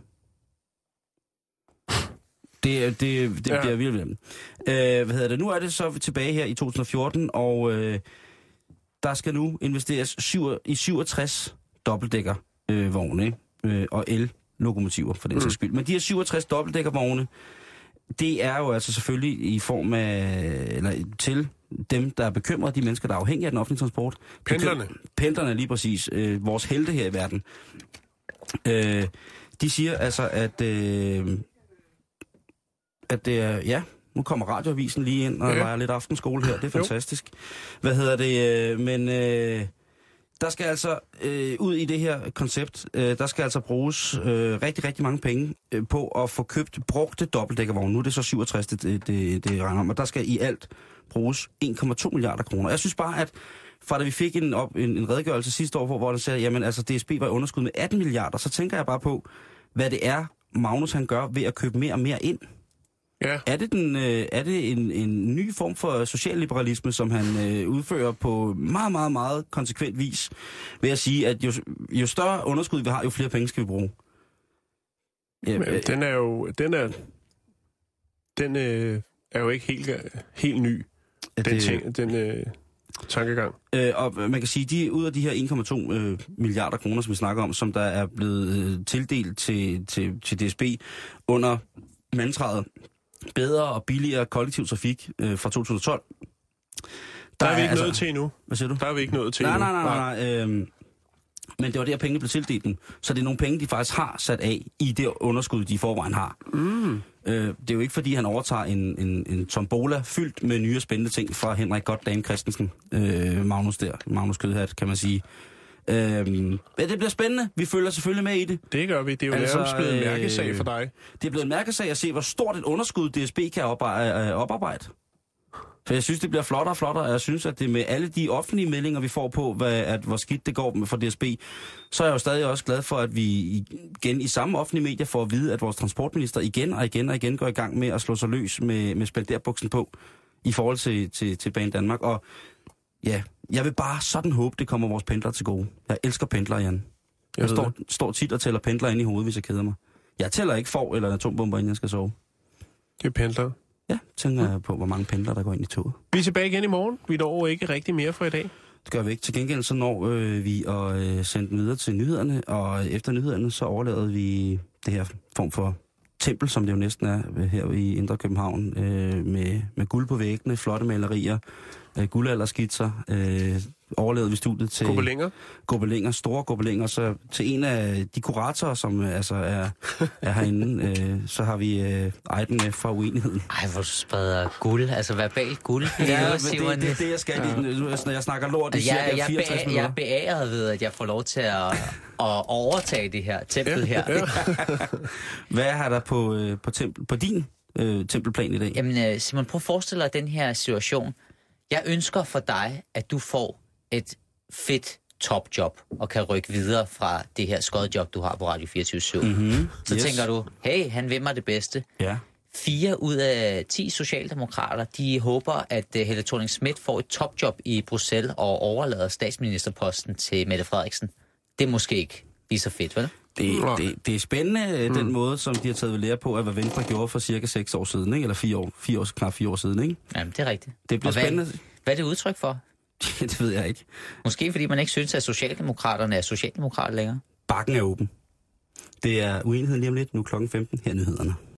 Det, det, det ja. bliver virkelig. Øh, hvad hedder det? Nu er det så tilbage her i to tusind og fjorten, og øh, der skal nu investeres syv, i syvogtres dobbeltdækker øh, vogne, øh, og el-lokomotiver for den sags skyld. Men de her syvogtres dobbeltdækkervogne, det er jo altså selvfølgelig i form af, eller til dem, der er bekymrede, de mennesker, der er afhængige af den offentlige transport. Pendlerne. Pendlerne, lige præcis. Øh, vores helte her i verden. Øh, de siger altså, at, øh, at det er, ja, nu kommer radioavisen lige ind og ja. leger lidt aftenskole her. Det er fantastisk. Jo. Hvad hedder det? Øh, men... Øh, Der skal altså øh, ud i det her koncept, øh, der skal altså bruges øh, rigtig, rigtig mange penge øh, på at få købt brugte dobbeltdækkervogne. Nu er det så syvogtres, det, det, det, det regner om, og der skal i alt bruges en komma to milliarder kroner. Jeg synes bare, at fra da vi fik en, op, en, en redegørelse sidste år, hvor der sagde, jamen altså D S B var underskud med atten milliarder, så tænker jeg bare på, hvad det er, Magnus han gør ved at købe mere og mere ind. Ja. Er det, den, øh, er det en, en ny form for socialliberalisme, som han øh, udfører på meget, meget, meget konsekvent vis, ved at sige, at jo, jo større underskud vi har, jo flere penge skal vi bruge? Ja, men, øh, den er jo, den er, den øh, er jo ikke helt, helt ny, den, det, ting, den øh, tankegang. Øh, og man kan sige, de ud af de her en komma to øh, milliarder kroner, som vi snakker om, som der er blevet øh, tildelt til, til, til D S B under mantraet bedre og billigere kollektiv trafik øh, fra to tusind og tolv. Der, der er vi ikke altså, nået til endnu. Hvad siger du? Der er vi ikke nået til nej, endnu. Nej, nej, nej, nej. Øh, men det var der, pengene blev tildelt dem. Så det er nogle penge, de faktisk har sat af i det underskud, de i forvejen har. Mm. Øh, det er jo ikke, fordi han overtager en, en, en tombola fyldt med nye spændende ting fra Henrik Goddam Christensen. Øh, Magnus der. Magnus Kødhat, kan man sige. Øhm, men det bliver spændende. Vi følger selvfølgelig med i det. Det gør vi. Det er jo altså, nærmest blevet en mærkesag for dig. Det er blevet en mærkesag at se, hvor stort et underskud D S B kan oparbejde. For jeg synes, det bliver flottere og flottere, og jeg synes, at det med alle de offentlige meldinger, vi får på, hvad, at hvor skidt det går for D S B, så er jeg jo stadig også glad for, at vi igen i samme offentlige medier får at vide, at vores transportminister igen og igen og igen går i gang med at slå sig løs med, med spenderbuksen på i forhold til, til, til Bane Danmark. Og ja, jeg vil bare sådan håbe, det kommer vores pendlere til gode. Jeg elsker pendlere, Jan. Jeg, jeg står, står tit og tæller pendlere ind i hovedet, hvis jeg keder mig. Jeg tæller ikke får eller atombomber, inden jeg skal sove. Det er pendlere. Ja, tænker jeg på, hvor mange pendlere, der går ind i toget. Vi er tilbage igen i morgen. Vi når ikke rigtig mere for i dag. Det gør vi ikke. Til gengæld så når øh, vi at øh, sende den videre til nyhederne, og efter nyhederne så overlader vi det her form for tempel, som det jo næsten er her i Indre København, øh, med, med guld på væggene, flotte malerier, øh, guldalderskitser, øh, overlevede vi studiet til... Gobelinger? Gobelinger, store gobelinger. Så til en af de kuratorer, som øh, altså er, er herinde, øh, så har vi øh, Ejden med fra Uenigheden. Ej, hvor du spreder guld, altså verbal guld. Ja, ja men det, det er det, jeg skal ja. lige, når jeg snakker lort, det jeg, cirka jeg, fireogtres jeg, minutter. jeg er beæret ved, at jeg får lov til at, at overtage det her tempel her. Ja. Hvad har der på, øh, på, tempel, på din øh, tempelplan i dag? Jamen Simon, prøv at forestille dig den her situation. Jeg ønsker for dig, at du får et fedt topjob og kan rykke videre fra det her skodjob, du har på Radio fireogtyve syv. Mm-hmm. Så yes. tænker du, hey, han vil mig det bedste. Ja. Fire ud af ti socialdemokrater, de håber, at Helle Thorning-Schmidt får et topjob i Bruxelles og overlader statsministerposten til Mette Frederiksen. Det er måske ikke lige så fedt, vel? Det, det, det er spændende, mm. den måde, som de har taget ved lære på, at hvad Venstre gjorde for cirka seks år siden, ikke? Eller fire år, fire år, knap fire år siden, ikke? Jamen, det er rigtigt. Det bliver hvad, spændende. Hvad er det udtryk for? Det ved jeg ikke. Måske fordi man ikke synes, at socialdemokraterne er socialdemokrater længere. Bakken er åben. Det er Uenigheden lige om lidt, nu klokken femten, her nyhederne.